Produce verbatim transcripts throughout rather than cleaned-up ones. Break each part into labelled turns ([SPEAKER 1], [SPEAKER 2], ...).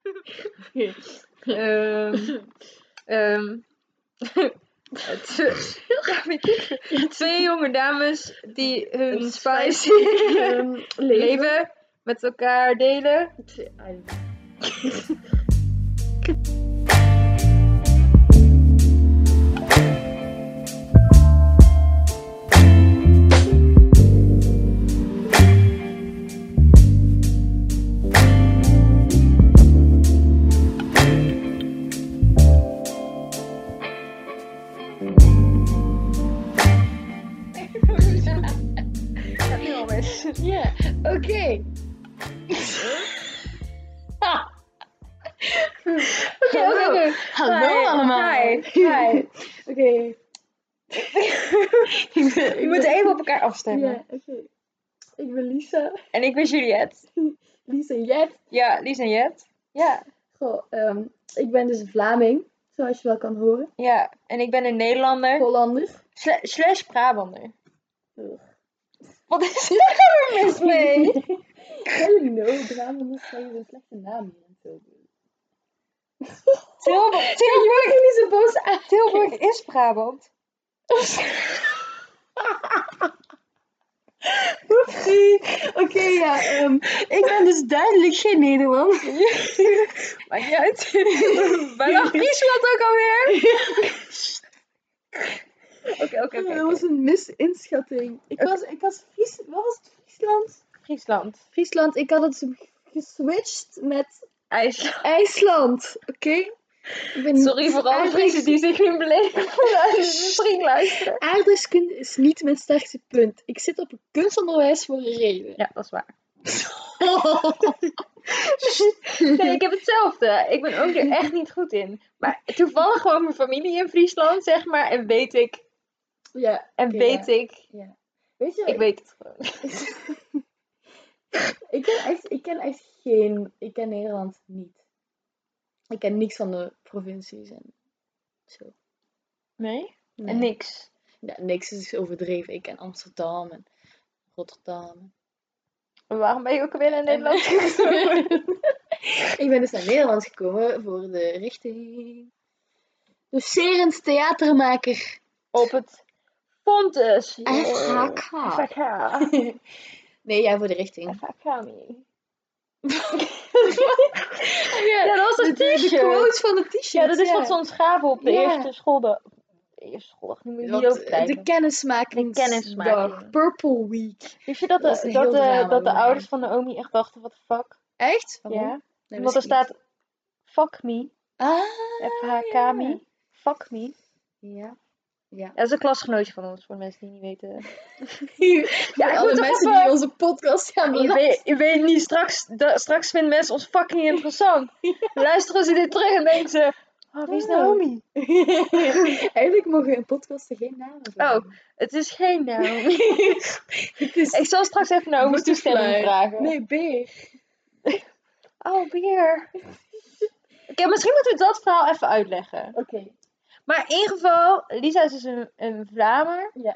[SPEAKER 1] Okay. Um, um, twee jonge dames die hun
[SPEAKER 2] Een
[SPEAKER 1] spicy
[SPEAKER 2] um, leven.
[SPEAKER 1] leven met elkaar delen.
[SPEAKER 2] I-
[SPEAKER 1] Gaat nu al mis.
[SPEAKER 2] Ja, oké. Oké, oké, oké. Hallo
[SPEAKER 1] Hi.
[SPEAKER 2] allemaal.
[SPEAKER 1] Hi. Hi.
[SPEAKER 2] Oké.
[SPEAKER 1] We moeten even op elkaar afstemmen.
[SPEAKER 2] Ja, oké. Ik ben Lisa.
[SPEAKER 1] En ik ben Juliette.
[SPEAKER 2] Lisa en Jet.
[SPEAKER 1] Ja, Lies en Jet. Ja.
[SPEAKER 2] Goh, ehm, ik ben dus een Vlaming, zoals je wel kan horen.
[SPEAKER 1] Ja. En ik ben een Nederlander.
[SPEAKER 2] Hollander.
[SPEAKER 1] Sla- slash Brabander.
[SPEAKER 2] Ugh.
[SPEAKER 1] Wat is er mis mee?
[SPEAKER 2] I don't know, Brabanders krijgen zo'n slechte naam hier in Tilburg.
[SPEAKER 1] Tilburg,
[SPEAKER 2] Je
[SPEAKER 1] Tilburg,
[SPEAKER 2] mag er niet zo boos aan.
[SPEAKER 1] Tilburg is Brabant.
[SPEAKER 2] Oepsie. Oké, ja. ehm, ik ben dus duidelijk geen Nederlander.
[SPEAKER 1] Maakt niet uit. Waar lag Friesland ook alweer? Oké, oké, oké.
[SPEAKER 2] Dat was een misinschatting. Ik was, ik was Fries... Wat was het? Friesland?
[SPEAKER 1] Friesland.
[SPEAKER 2] Friesland. Ik had het geswitcht met
[SPEAKER 1] IJsland.
[SPEAKER 2] IJsland. Oké? Ik ben
[SPEAKER 1] Sorry voor alle
[SPEAKER 2] aardrijks-
[SPEAKER 1] Friesen die zich nu beledigd voelen aan dit misschien luisteren.
[SPEAKER 2] Aardrijkskunde is niet mijn sterkste punt. Ik zit op een kunstonderwijs voor een reden.
[SPEAKER 1] Ja, dat is waar. Nee, ik heb hetzelfde. Ik ben ook er echt niet goed in. Maar toevallig gewoon mijn familie in Friesland, zeg maar. En weet ik,
[SPEAKER 2] Ja.
[SPEAKER 1] en
[SPEAKER 2] oké,
[SPEAKER 1] weet
[SPEAKER 2] ja.
[SPEAKER 1] ik,
[SPEAKER 2] Ja. Weet je,
[SPEAKER 1] ik weet het gewoon.
[SPEAKER 2] ik ken echt, ik ken echt geen... Ik ken Nederland niet. Ik ken niks van de provincies en zo.
[SPEAKER 1] Nee?
[SPEAKER 2] Nee.
[SPEAKER 1] En niks.
[SPEAKER 2] Ja, niks is overdreven. Ik ken Amsterdam en Rotterdam.
[SPEAKER 1] Maar waarom ben je ook alweer in Nederland
[SPEAKER 2] En-
[SPEAKER 1] gekomen?
[SPEAKER 2] Ik ben dus naar Nederland gekomen voor de richting... Docerend theatermaker.
[SPEAKER 1] Op het Fontes.
[SPEAKER 2] F H K.
[SPEAKER 1] F H K.
[SPEAKER 2] Nee, ja, voor de richting.
[SPEAKER 1] F H K niet.
[SPEAKER 2] Ja,
[SPEAKER 1] Ja, dat was een
[SPEAKER 2] de, de, de
[SPEAKER 1] t-shirt.
[SPEAKER 2] quote van de t-shirt.
[SPEAKER 1] Ja, dat is wat ze ons gaven op de
[SPEAKER 2] Ja.
[SPEAKER 1] eerste schooldag. De eerste schooldag, nu moet je niet
[SPEAKER 2] Want
[SPEAKER 1] overdrijven.
[SPEAKER 2] de kennismakingsdag.
[SPEAKER 1] De kennismaking.
[SPEAKER 2] Purple Week.
[SPEAKER 1] Wist je dat
[SPEAKER 2] Dat is
[SPEAKER 1] de,
[SPEAKER 2] een
[SPEAKER 1] dat
[SPEAKER 2] heel
[SPEAKER 1] de,
[SPEAKER 2] drama
[SPEAKER 1] dat de
[SPEAKER 2] over
[SPEAKER 1] ouders
[SPEAKER 2] mij.
[SPEAKER 1] van Naomi echt dachten, what the fuck?
[SPEAKER 2] Echt?
[SPEAKER 1] Ja.
[SPEAKER 2] Nee,
[SPEAKER 1] Want
[SPEAKER 2] wist
[SPEAKER 1] er
[SPEAKER 2] ik niet.
[SPEAKER 1] staat, fuck me,
[SPEAKER 2] Ah,
[SPEAKER 1] F H K
[SPEAKER 2] ja.
[SPEAKER 1] me, fuck me.
[SPEAKER 2] Ja. Ja.
[SPEAKER 1] Dat is een klasgenootje van ons, voor de mensen die niet weten.
[SPEAKER 2] Ja,
[SPEAKER 1] ik
[SPEAKER 2] alle
[SPEAKER 1] moet toch
[SPEAKER 2] mensen
[SPEAKER 1] even-
[SPEAKER 2] die onze podcast gaan
[SPEAKER 1] Je
[SPEAKER 2] beluisteren.
[SPEAKER 1] weet, je weet niet, straks, da- straks vinden mensen ons fucking interessant. Luisteren ze dit terug en denken ze, oh, wie is
[SPEAKER 2] Oh.
[SPEAKER 1] Naomi?
[SPEAKER 2] Eigenlijk mogen we in podcasten geen namen
[SPEAKER 1] Oh,
[SPEAKER 2] zeggen.
[SPEAKER 1] het is geen Naomi.
[SPEAKER 2] Het is
[SPEAKER 1] Ik zal straks even Naomi's toestemming
[SPEAKER 2] Butterfly.
[SPEAKER 1] vragen.
[SPEAKER 2] Nee, beer.
[SPEAKER 1] Oh, beer. Oké, misschien moeten we dat verhaal even uitleggen.
[SPEAKER 2] Oké.
[SPEAKER 1] Maar in ieder geval, Lisa is dus een, een Vlamer.
[SPEAKER 2] Ja.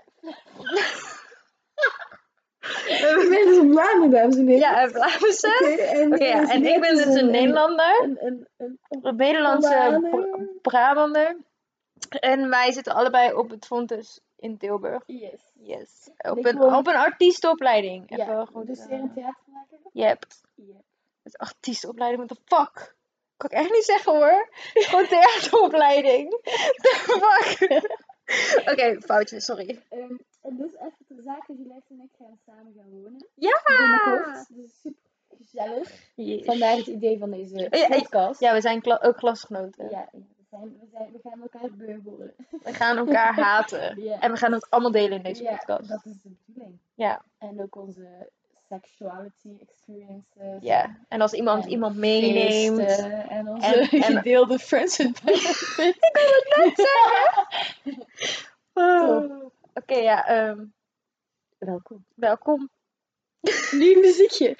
[SPEAKER 2] Ik ben dus een Vlaamse, dames en heren.
[SPEAKER 1] Ja, een Vlaamse.
[SPEAKER 2] Oké, en,
[SPEAKER 1] Oké, ja,
[SPEAKER 2] dus
[SPEAKER 1] en ik
[SPEAKER 2] net
[SPEAKER 1] ben dus een Nederlander.
[SPEAKER 2] Een, een, een, een,
[SPEAKER 1] Een Nederlandse
[SPEAKER 2] Hollander.
[SPEAKER 1] Bra- Brabander. En wij zitten allebei op het Fontes in Tilburg.
[SPEAKER 2] yes.
[SPEAKER 1] Yes. Op
[SPEAKER 2] Ik
[SPEAKER 1] een,
[SPEAKER 2] woon-
[SPEAKER 1] op een artiestenopleiding. Even
[SPEAKER 2] Ja,
[SPEAKER 1] goed,
[SPEAKER 2] dus
[SPEAKER 1] eh,
[SPEAKER 2] weer een theatermaker.
[SPEAKER 1] Yep.
[SPEAKER 2] Ja.
[SPEAKER 1] Het is artiestenopleiding, what the fuck? Kan ik echt niet zeggen hoor. Gewoon theateropleiding. The fuck? Oké, foutje, sorry.
[SPEAKER 2] Ehm, en dus even ter zake, Juliette en ik gaan samen gaan wonen.
[SPEAKER 1] Ja!
[SPEAKER 2] Binnenkort. Dus super gezellig.
[SPEAKER 1] Yes.
[SPEAKER 2] Vandaar het idee van deze
[SPEAKER 1] ja, ja,
[SPEAKER 2] podcast.
[SPEAKER 1] Ja, we zijn kla- ook klasgenoten.
[SPEAKER 2] Ja, ja, we, zijn, we, zijn, we gaan elkaar beu worden.
[SPEAKER 1] We gaan elkaar haten.
[SPEAKER 2] Ja.
[SPEAKER 1] En we gaan het allemaal delen in deze
[SPEAKER 2] Ja,
[SPEAKER 1] podcast.
[SPEAKER 2] dat is de bedoeling.
[SPEAKER 1] Ja.
[SPEAKER 2] En ook onze sexuality experiences.
[SPEAKER 1] Ja. En als iemand
[SPEAKER 2] En
[SPEAKER 1] iemand meeneemt.
[SPEAKER 2] feesten En onze
[SPEAKER 1] En- en-
[SPEAKER 2] gedeelde friends and benefits.
[SPEAKER 1] Ik wil het net zeggen.
[SPEAKER 2] Top.
[SPEAKER 1] Oh. Oké, ja. ehm,
[SPEAKER 2] Welkom.
[SPEAKER 1] welkom.
[SPEAKER 2] Nieuw muziekje.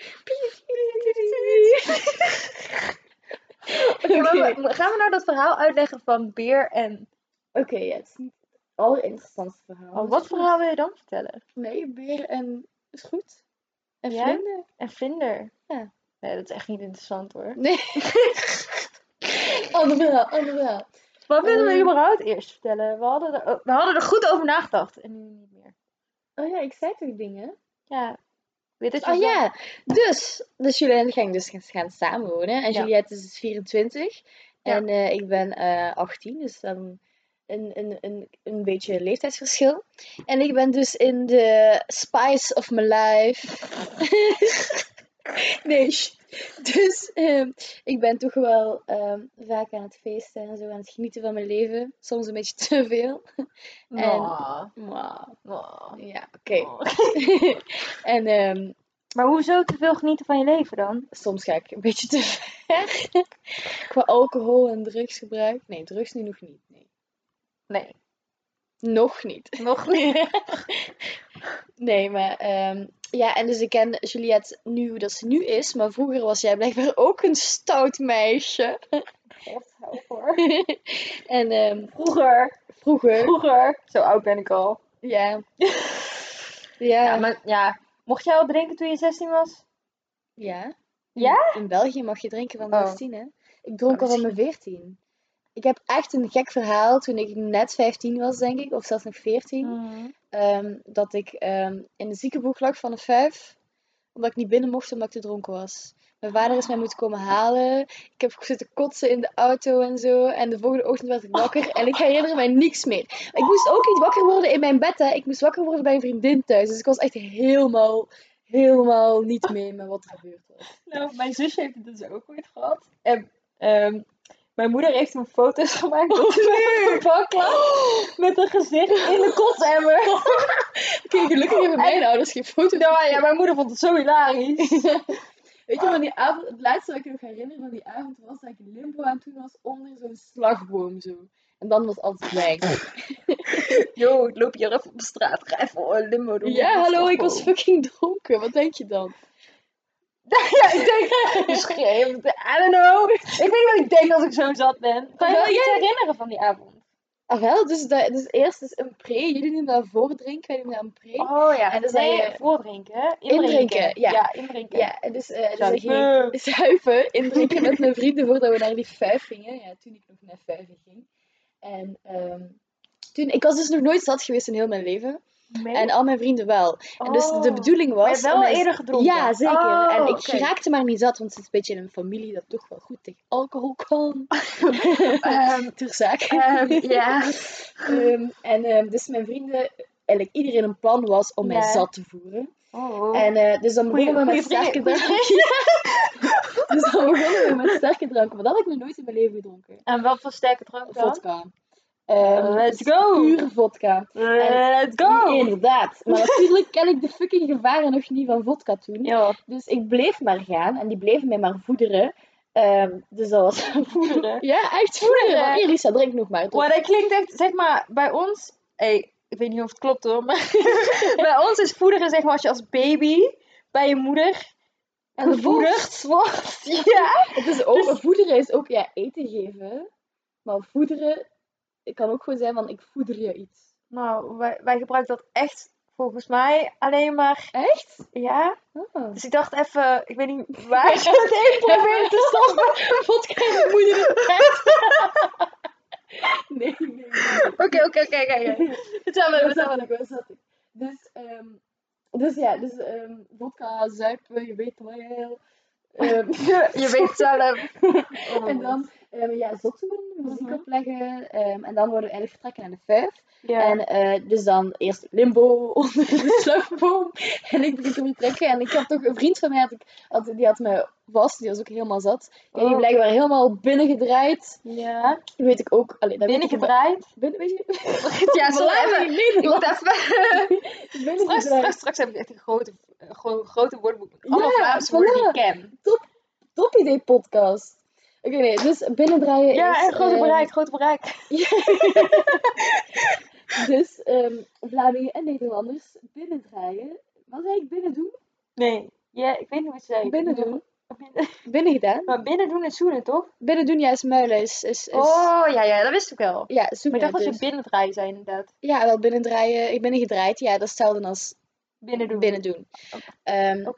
[SPEAKER 1] Oké, maar we- gaan we nou dat verhaal uitleggen van beer en...
[SPEAKER 2] Oké, ja, het is niet het allerinteressantste verhaal.
[SPEAKER 1] Oh,
[SPEAKER 2] Is
[SPEAKER 1] wat
[SPEAKER 2] goed.
[SPEAKER 1] verhaal wil je dan vertellen?
[SPEAKER 2] Nee, beer en is goed. En
[SPEAKER 1] Ja?
[SPEAKER 2] vlinder.
[SPEAKER 1] En vlinder.
[SPEAKER 2] Ja.
[SPEAKER 1] Nee, dat is echt niet interessant hoor.
[SPEAKER 2] Nee. Ander verhaal, ander verhaal.
[SPEAKER 1] Wat willen we
[SPEAKER 2] Eh.
[SPEAKER 1] überhaupt eerst vertellen? We hadden, er, we hadden er goed over nagedacht. En nu niet meer.
[SPEAKER 2] Oh ja, ik zei toch dingen?
[SPEAKER 1] Ja. Weet dat je
[SPEAKER 2] Oh
[SPEAKER 1] zei?
[SPEAKER 2] ja, dus, dus Juliette en ik dus gaan, gaan samenwonen. En
[SPEAKER 1] Ja.
[SPEAKER 2] Juliette is dus vierentwintig.
[SPEAKER 1] Ja.
[SPEAKER 2] En eh, ik ben eh achttien, dus dan een, een, een, een beetje leeftijdsverschil. En ik ben dus in de spice of my life. Nee, sh- dus ehm, ik ben toch wel ehm, vaak aan het feesten en zo, aan het genieten van mijn leven. Soms een beetje te veel. En,
[SPEAKER 1] Nou.
[SPEAKER 2] wow,
[SPEAKER 1] Nou.
[SPEAKER 2] ja, oké.
[SPEAKER 1] Nou.
[SPEAKER 2] En ehm,
[SPEAKER 1] Maar hoezo te veel genieten van je leven dan?
[SPEAKER 2] soms ga ik een beetje te ver. Qua alcohol en drugsgebruik. Nee, drugs nu nog niet. Nee.
[SPEAKER 1] Nee.
[SPEAKER 2] Nog niet.
[SPEAKER 1] Nog niet.
[SPEAKER 2] Nee, maar ehm, ja, en dus ik ken Juliette nu hoe dat ze nu is, maar vroeger was jij blijkbaar ook een stout meisje.
[SPEAKER 1] God, hou voor.
[SPEAKER 2] En ehm,
[SPEAKER 1] Vroeger.
[SPEAKER 2] vroeger,
[SPEAKER 1] Vroeger. Zo oud ben ik al.
[SPEAKER 2] ja.
[SPEAKER 1] Ja,
[SPEAKER 2] Ja.
[SPEAKER 1] maar ja. Mocht jij al drinken toen je zestien was?
[SPEAKER 2] Ja.
[SPEAKER 1] Ja?
[SPEAKER 2] In België mag je drinken van
[SPEAKER 1] Oh.
[SPEAKER 2] zestien, hè? Ik dronk
[SPEAKER 1] Oh,
[SPEAKER 2] al van mijn veertien. Ik heb echt een gek verhaal toen ik net vijftien was, denk ik, of zelfs nog veertien.
[SPEAKER 1] Mm.
[SPEAKER 2] Ehm, dat ik ehm, in de ziekenboeg lag van een vijf, omdat ik niet binnen mocht omdat ik te dronken was. Mijn vader is mij moeten komen halen. Ik heb zitten kotsen in de auto en zo. En de volgende ochtend werd ik wakker en ik herinner mij niks meer. Ik moest ook niet wakker worden in mijn bed, hè. Ik moest wakker worden bij een vriendin thuis. Dus ik was echt helemaal, helemaal niet mee met wat er gebeurd was.
[SPEAKER 1] Nou, mijn zusje heeft het dus ook ooit gehad. En ehm, mijn moeder heeft toen foto's gemaakt dat ze met een bak lag. Met een gezicht in de kotsemmer.
[SPEAKER 2] Oké, gelukkig hebben mijn ouders geen foto's.
[SPEAKER 1] Nou ja, mijn moeder vond het zo hilarisch.
[SPEAKER 2] Weet je, van die avond, het laatste wat ik me nog herinner van die avond was dat ik in limbo aan het doen was onder zo'n slagboom zo. En dan was alles wijn.
[SPEAKER 1] Yo, ik loop hier even op de straat. Ga even een limbo doen.
[SPEAKER 2] Ja, hallo, ik was fucking dronken. Wat denk je dan?
[SPEAKER 1] Ja, ik denk misschien. I don't know. Ik weet niet wat ik denk als ik zo zat ben. Kan je
[SPEAKER 2] Wel,
[SPEAKER 1] me iets
[SPEAKER 2] jij-
[SPEAKER 1] herinneren van die avond?
[SPEAKER 2] Ah wel, dus, dat, dus eerst is een pre. Jullie noemen dat voordrinken, wij noemen dat een pre.
[SPEAKER 1] Oh ja.
[SPEAKER 2] En dan
[SPEAKER 1] nee,
[SPEAKER 2] zei je-
[SPEAKER 1] voordrinken. hè?
[SPEAKER 2] Indrinken, ja.
[SPEAKER 1] Ja, indrinken.
[SPEAKER 2] Ja, en dus, eh dus dan ging
[SPEAKER 1] Zuipen.
[SPEAKER 2] ik zuipen, indrinken met mijn vrienden voordat we naar die vijf gingen. Ja, toen ik nog naar vijf ging. En ehm, toen, ik was dus nog nooit zat geweest in heel mijn leven.
[SPEAKER 1] Nee?
[SPEAKER 2] En al mijn vrienden wel. En dus de
[SPEAKER 1] Oh.
[SPEAKER 2] bedoeling
[SPEAKER 1] Maar je
[SPEAKER 2] was...
[SPEAKER 1] hebt wel
[SPEAKER 2] om mij-
[SPEAKER 1] eerder gedronken?
[SPEAKER 2] Ja, zeker.
[SPEAKER 1] Oh,
[SPEAKER 2] en ik
[SPEAKER 1] oké.
[SPEAKER 2] raakte maar niet zat, want het is een beetje een familie dat toch wel goed tegen alcohol kan.
[SPEAKER 1] Ehm,
[SPEAKER 2] Ter zake.
[SPEAKER 1] ehm, ja.
[SPEAKER 2] Ehm, en ehm, dus mijn vrienden, eigenlijk iedereen een plan was om mij
[SPEAKER 1] Ja.
[SPEAKER 2] zat te voeren.
[SPEAKER 1] Oh.
[SPEAKER 2] En eh, dus dan
[SPEAKER 1] Goeie-
[SPEAKER 2] begonnen we met
[SPEAKER 1] goeie
[SPEAKER 2] sterke
[SPEAKER 1] vrienden,
[SPEAKER 2] drank. Ja. Dus dan begonnen we met sterke drank. Maar dat had ik nog nooit in mijn leven gedronken.
[SPEAKER 1] En wat voor sterke drank dan?
[SPEAKER 2] Vodka. Ehm,
[SPEAKER 1] Let's
[SPEAKER 2] dus
[SPEAKER 1] go!
[SPEAKER 2] Pure vodka.
[SPEAKER 1] Let's go!
[SPEAKER 2] Inderdaad. Maar natuurlijk ken ik de fucking gevaren nog niet van vodka toen.
[SPEAKER 1] Ja,
[SPEAKER 2] Dus ik bleef maar gaan en die bleven mij maar voederen. Ehm, dus dat was...
[SPEAKER 1] voederen.
[SPEAKER 2] Ja, echt voederen.
[SPEAKER 1] Voederen.
[SPEAKER 2] Want Elisa, drink nog maar.
[SPEAKER 1] Maar dat klinkt echt, zeg maar, bij ons... Hey, ik weet niet of het klopt hoor, maar bij ons is voederen zeg maar als je als baby bij je moeder
[SPEAKER 2] En de
[SPEAKER 1] gevoederd wordt. Ja.
[SPEAKER 2] Het is ook,
[SPEAKER 1] Dus-
[SPEAKER 2] voederen is ook ja, eten geven. Maar voederen, het kan ook gewoon zijn van ik voeder je iets.
[SPEAKER 1] Nou, wij, wij gebruiken dat echt volgens mij alleen maar...
[SPEAKER 2] Echt?
[SPEAKER 1] Ja.
[SPEAKER 2] Oh.
[SPEAKER 1] Dus ik dacht even, ik weet niet waar je het even probeerde te stoppen.
[SPEAKER 2] Vodka in de moeilijkheid. Nee, nee, nee.
[SPEAKER 1] Oké, oké, oké, oké. Vertel me,
[SPEAKER 2] Waar
[SPEAKER 1] vertel
[SPEAKER 2] zat
[SPEAKER 1] me.
[SPEAKER 2] ik? Waar zat ik? Dus, ehm, dus ja, dus ehm, vodka, zuipen, je weet wel. Ehm,
[SPEAKER 1] Je weet zelf. Oh.
[SPEAKER 2] En dan ehm, ja, zot doen, muziek
[SPEAKER 1] Mhm.
[SPEAKER 2] opleggen. ehm, en dan worden we eigenlijk vertrekken naar de vijf.
[SPEAKER 1] Ja.
[SPEAKER 2] En eh, dus dan eerst limbo onder de slagboom. En ik begin te vertrekken. En ik had toch een vriend van mij, had ik, had, die had me vast, die was ook helemaal zat. En die
[SPEAKER 1] Oh.
[SPEAKER 2] blijkbaar helemaal binnengedraaid.
[SPEAKER 1] Ja.
[SPEAKER 2] Dat weet ik ook. Allee, dat weet ik ook wel.
[SPEAKER 1] Binnengedraaid.
[SPEAKER 2] Binnen, weet je?
[SPEAKER 1] Ja, sorry,
[SPEAKER 2] Voilà,
[SPEAKER 1] even.
[SPEAKER 2] in
[SPEAKER 1] Ik moet
[SPEAKER 2] Nederland.
[SPEAKER 1] even... straks,
[SPEAKER 2] Binnengedraaid.
[SPEAKER 1] straks, straks heb ik echt een grote, eh, gro- grote woordenboek met allemaal
[SPEAKER 2] Ja,
[SPEAKER 1] Vlaamse woorden die
[SPEAKER 2] voilà.
[SPEAKER 1] ik ken.
[SPEAKER 2] Top idee podcast. Oké, nee, dus binnendraaien
[SPEAKER 1] Ja,
[SPEAKER 2] is...
[SPEAKER 1] en grote
[SPEAKER 2] ehm,
[SPEAKER 1] bereik, grote bereik.
[SPEAKER 2] Dus ehm Vlamingen en Nederlanders binnendraaien. Wat zei ik? Binnen doen?
[SPEAKER 1] Nee, ja, ik weet niet wat je zei.
[SPEAKER 2] Binnen doen.
[SPEAKER 1] Binnen,
[SPEAKER 2] Binnen gedaan.
[SPEAKER 1] maar binnen doen is zoenen, toch?
[SPEAKER 2] Binnen doen, ja, is muilen. Is, is, is...
[SPEAKER 1] Oh, ja, ja, dat wist ik wel.
[SPEAKER 2] Ja,
[SPEAKER 1] Maar ik
[SPEAKER 2] zoeken.
[SPEAKER 1] dacht dat
[SPEAKER 2] Dus.
[SPEAKER 1] je binnen draaien zei, inderdaad.
[SPEAKER 2] Ja, wel binnendraaien. Ik ben gedraaid. Ja, dat is hetzelfde als
[SPEAKER 1] Binnen doen.
[SPEAKER 2] binnen doen. Ehm,
[SPEAKER 1] Oké.